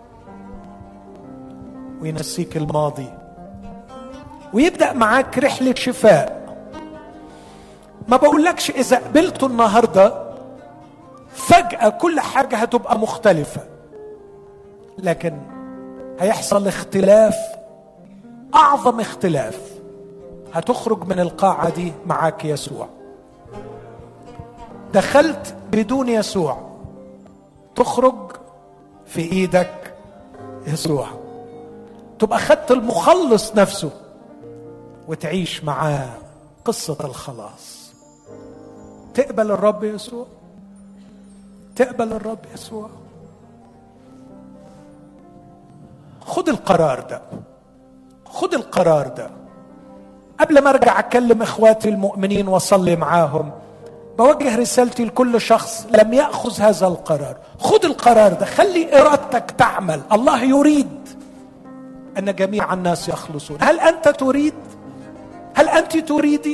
وينسيك الماضي، ويبدأ معاك رحلة شفاء. ما بقولكش إذا قبلته النهاردة فجأة كل حاجة هتبقى مختلفة، لكن هيحصل اختلاف، أعظم اختلاف. هتخرج من القاعة دي معاك يسوع. دخلت بدون يسوع، تخرج في إيدك يسوع. تبقى خدت المخلص نفسه وتعيش معاه قصة الخلاص. تقبل الرب يسوع، تقبل الرب يسوع. خد القرار ده، خد القرار ده. قبل ما ارجع اكلم اخواتي المؤمنين واصلي معاهم، بوجه رسالتي لكل شخص لم يأخذ هذا القرار. خد القرار ده، خلي ارادتك تعمل. الله يريد ان جميع الناس يخلصون. هل انت تريد؟ هل انت تريدي؟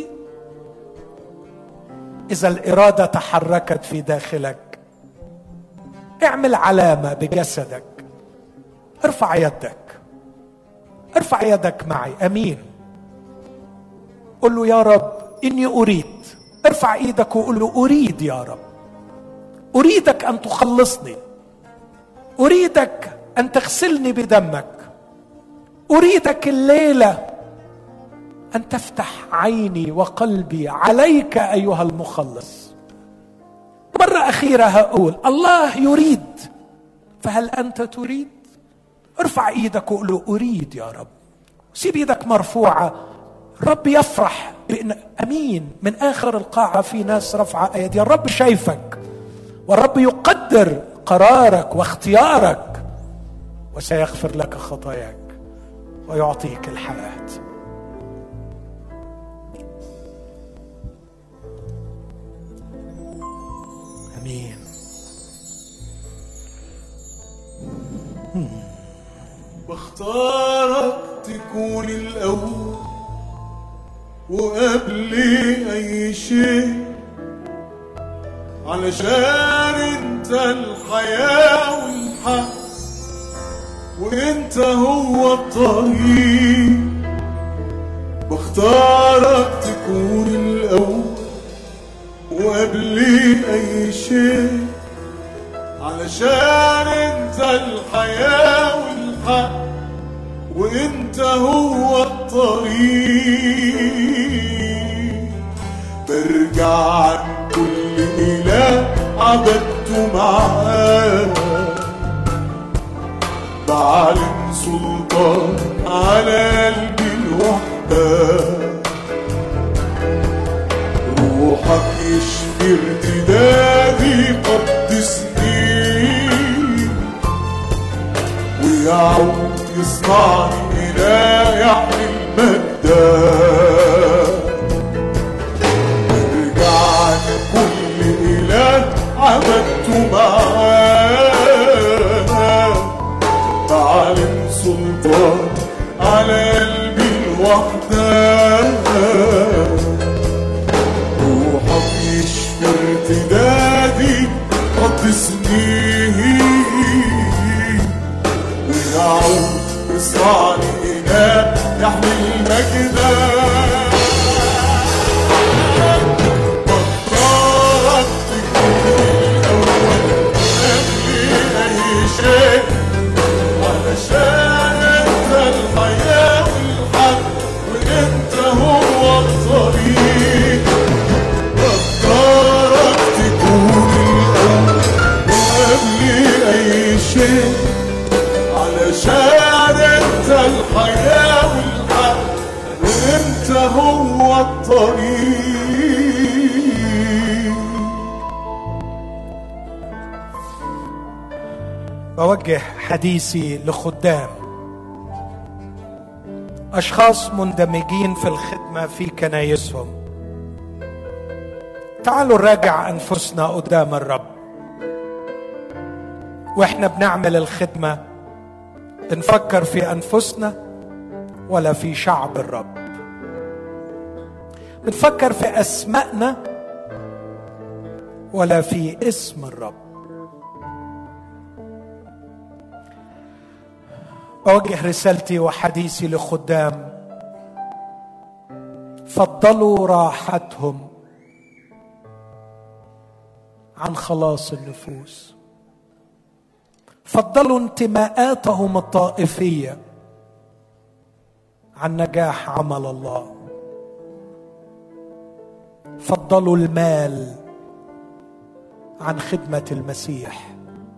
اذا الاراده تحركت في داخلك، اعمل علامه بجسدك، ارفع يدك، ارفع يدك معي. امين. قل له: يا رب اني اريد. ارفع ايدك وقل له: اريد يا رب، اريدك ان تخلصني، اريدك ان تغسلني بدمك، اريدك الليله ان تفتح عيني وقلبي عليك ايها المخلص. مرة اخيرة هقول: الله يريد، فهل انت تريد؟ ارفع ايدك وقل له: اريد يا رب. سيب ايدك مرفوعة. رب يفرح بان امين من اخر القاعة في ناس رفع ايدي. الرب شايفك، والرب يقدر قرارك واختيارك، وسيغفر لك خطاياك ويعطيك الحياة. امين. بختارك تكون الاول وقبل اي شيء، علشان انت الحياة والحق، وانت هو الطريق. بختارك تكون الاول وقبل اي شيء، علشان انت الحياة والحق، وانت هو الطريق. برجع عن كل اله عبدته معاه، بعلن سلطان على قلبي الوحدة. روحك يشفي ارتدادي قدسني، ويعود يصنعني إلى يحمي المجد. برجع عن كل إله عبدته معاه، بعلن سلطان على قلبي الوحدة. روحك يشفي ارتدادي قدسني، ويعود يصنعني إلى يحمي المجد. بختارك تكون الأول قبل أي شيء، علشان انت الحياة والحق، وانت هو الطريق. بختارك تكون الأول وقبل أي شيء، علشان انت الحياة والحق، وانت هو الطريق. بوجه حديثي لخدام أشخاص مندمجين في الخدمة في كنايسهم. تعالوا نراجع أنفسنا قدام الرب، وإحنا بنعمل الخدمة بنفكر في أنفسنا ولا في شعب الرب؟ بنفكر في أسمائنا ولا في اسم الرب؟ أوجه رسالتي وحديثي لخدام فضلوا راحتهم عن خلاص النفوس، فضلوا انتماءاتهم الطائفية عن نجاح عمل الله، فضلوا المال عن خدمة المسيح.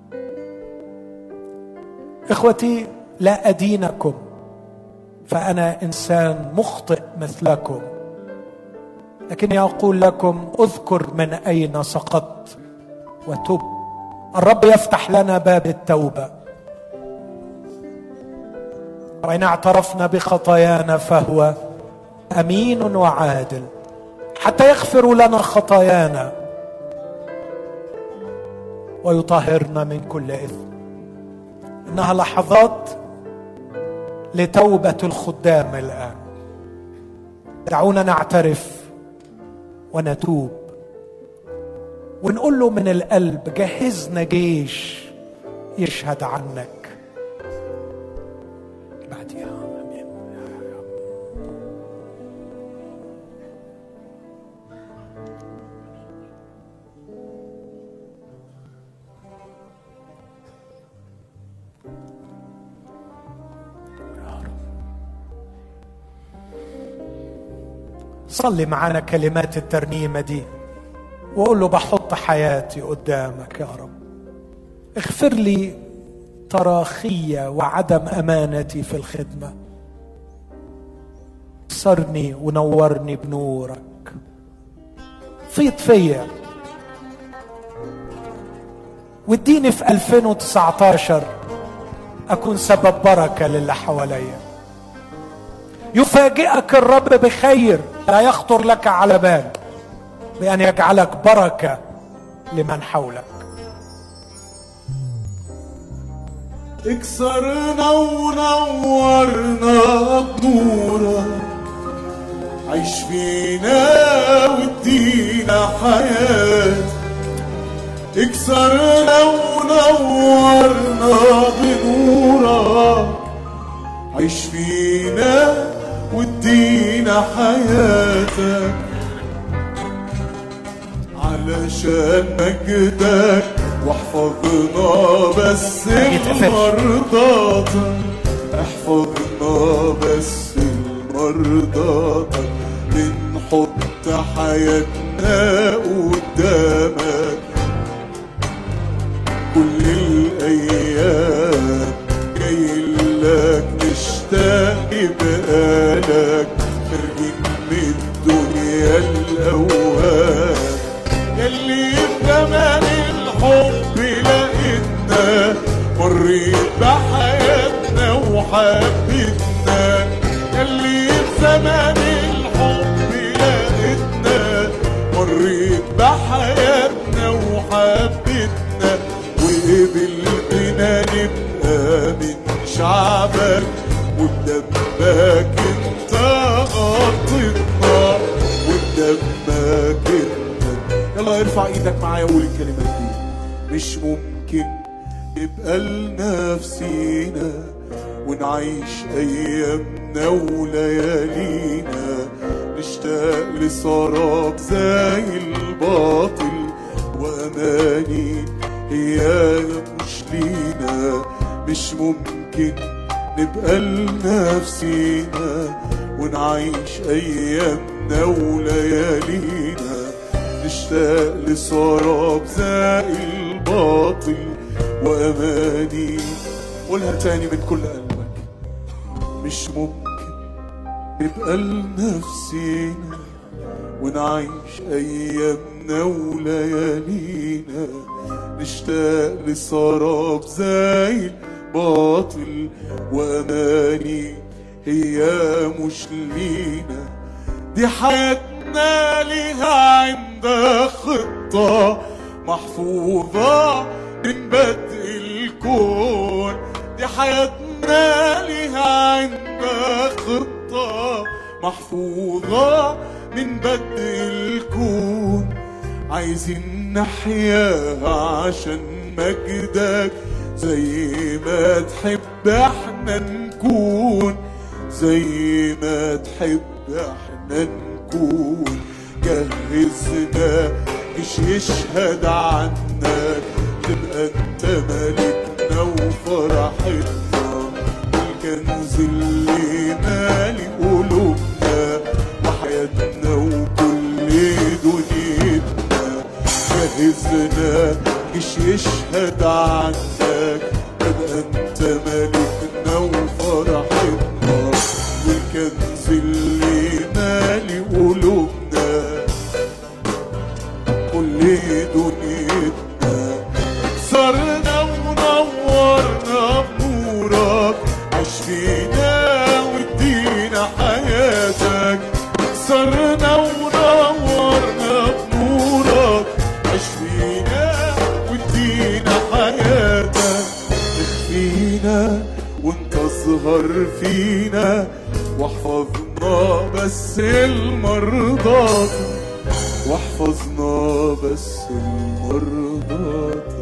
إخوتي، لا أدينكم فأنا إنسان مخطئ مثلكم، لكني أقول لكم اذكر من أين سقطت وتب. الرب يفتح لنا باب التوبة، وإن اعترفنا بخطايانا فهو أمين وعادل حتى يغفر لنا خطايانا ويطهرنا من كل إثم. إنها لحظات لتوبة الخدام الآن. دعونا نعترف ونتوب ونقول له من القلب جهزنا جيش يشهد عنك. بعديها آمين. صلي معنا كلمات الترنيمة دي وقول له بحط حياتي قدامك يا رب. اغفر لي تراخية وعدم أمانتي في الخدمة، صرني ونورني بنورك، فيض فيا واديني في ألفين وتسعة عشر أكون سبب بركة للي حواليا. يفاجئك الرب بخير لا يخطر لك على بال، بأن يجعلك بركة لمن حولك. اكسرنا ونورنا بنورك، عيش فينا وادينا حياة. اكسرنا ونورنا بنورك، عيش فينا وادينا حياتك، علشان مجدك واحفظنا بس لمرضاتك. احفظنا بس لمرضاتك، بنحط حياتنا قدامك كل الايام. جاي لك نشتاق بقالك، خارجين من الدنيا الاوهام. يلي بزمان الحب لقيتنا، مريت بحياتنا وحبيتنا. يلي بزمان الحب لقيتنا، مريت بحياتنا وحبيتنا. وقبلتنا نبقى من شعبك، وبدمك انت غطيتنا، وبدمك انت. يلا ارفع ايدك معايا وقول الكلمات دي. مش ممكن نبقى لنفسينا ونعيش ايامنا وليالينا، نشتاق لسراب زي الباطل واماني هي مش لينا. مش ممكن نبقى لنفسينا ونعيش ايامنا وليالينا، نشتاق لسراب زي الباطل واماني. قولها تاني من كل قلبك. مش ممكن نبقى لنفسينا ونعيش ايامنا وليالينا، نشتاق لسراب زي الباطل واماني هي مش لينا، دي حياتنا ليها عندك خطة محفوظة من بدء الكون. دي حياتنا ليها عندك خطة محفوظة من بدء الكون. عايزين نحياها عشان مجدك، زي ما تحب احنا نكون، زي ما تحب احنا نكون. جهزنا مش يشهد عنك، تبقى انت ملكنا وفرحتنا، الكنز اللي مالي قلوبنا وحياتنا وكل دنيتنا. جهزنا مش يشهد عنك، تبقى انت ملكنا وفرحتنا، والكنز اللي مالي قلوبنا كل دنيتنا. كسرنا ونورنا بنورك، عيش فينا وادينا حياتك. كسرنا ونورنا بنورك، عيش فينا وادينا حياتك. اخفينا وانت اظهر فينا، واحفظنا بس المرضى، واحفظنا بس المرضى.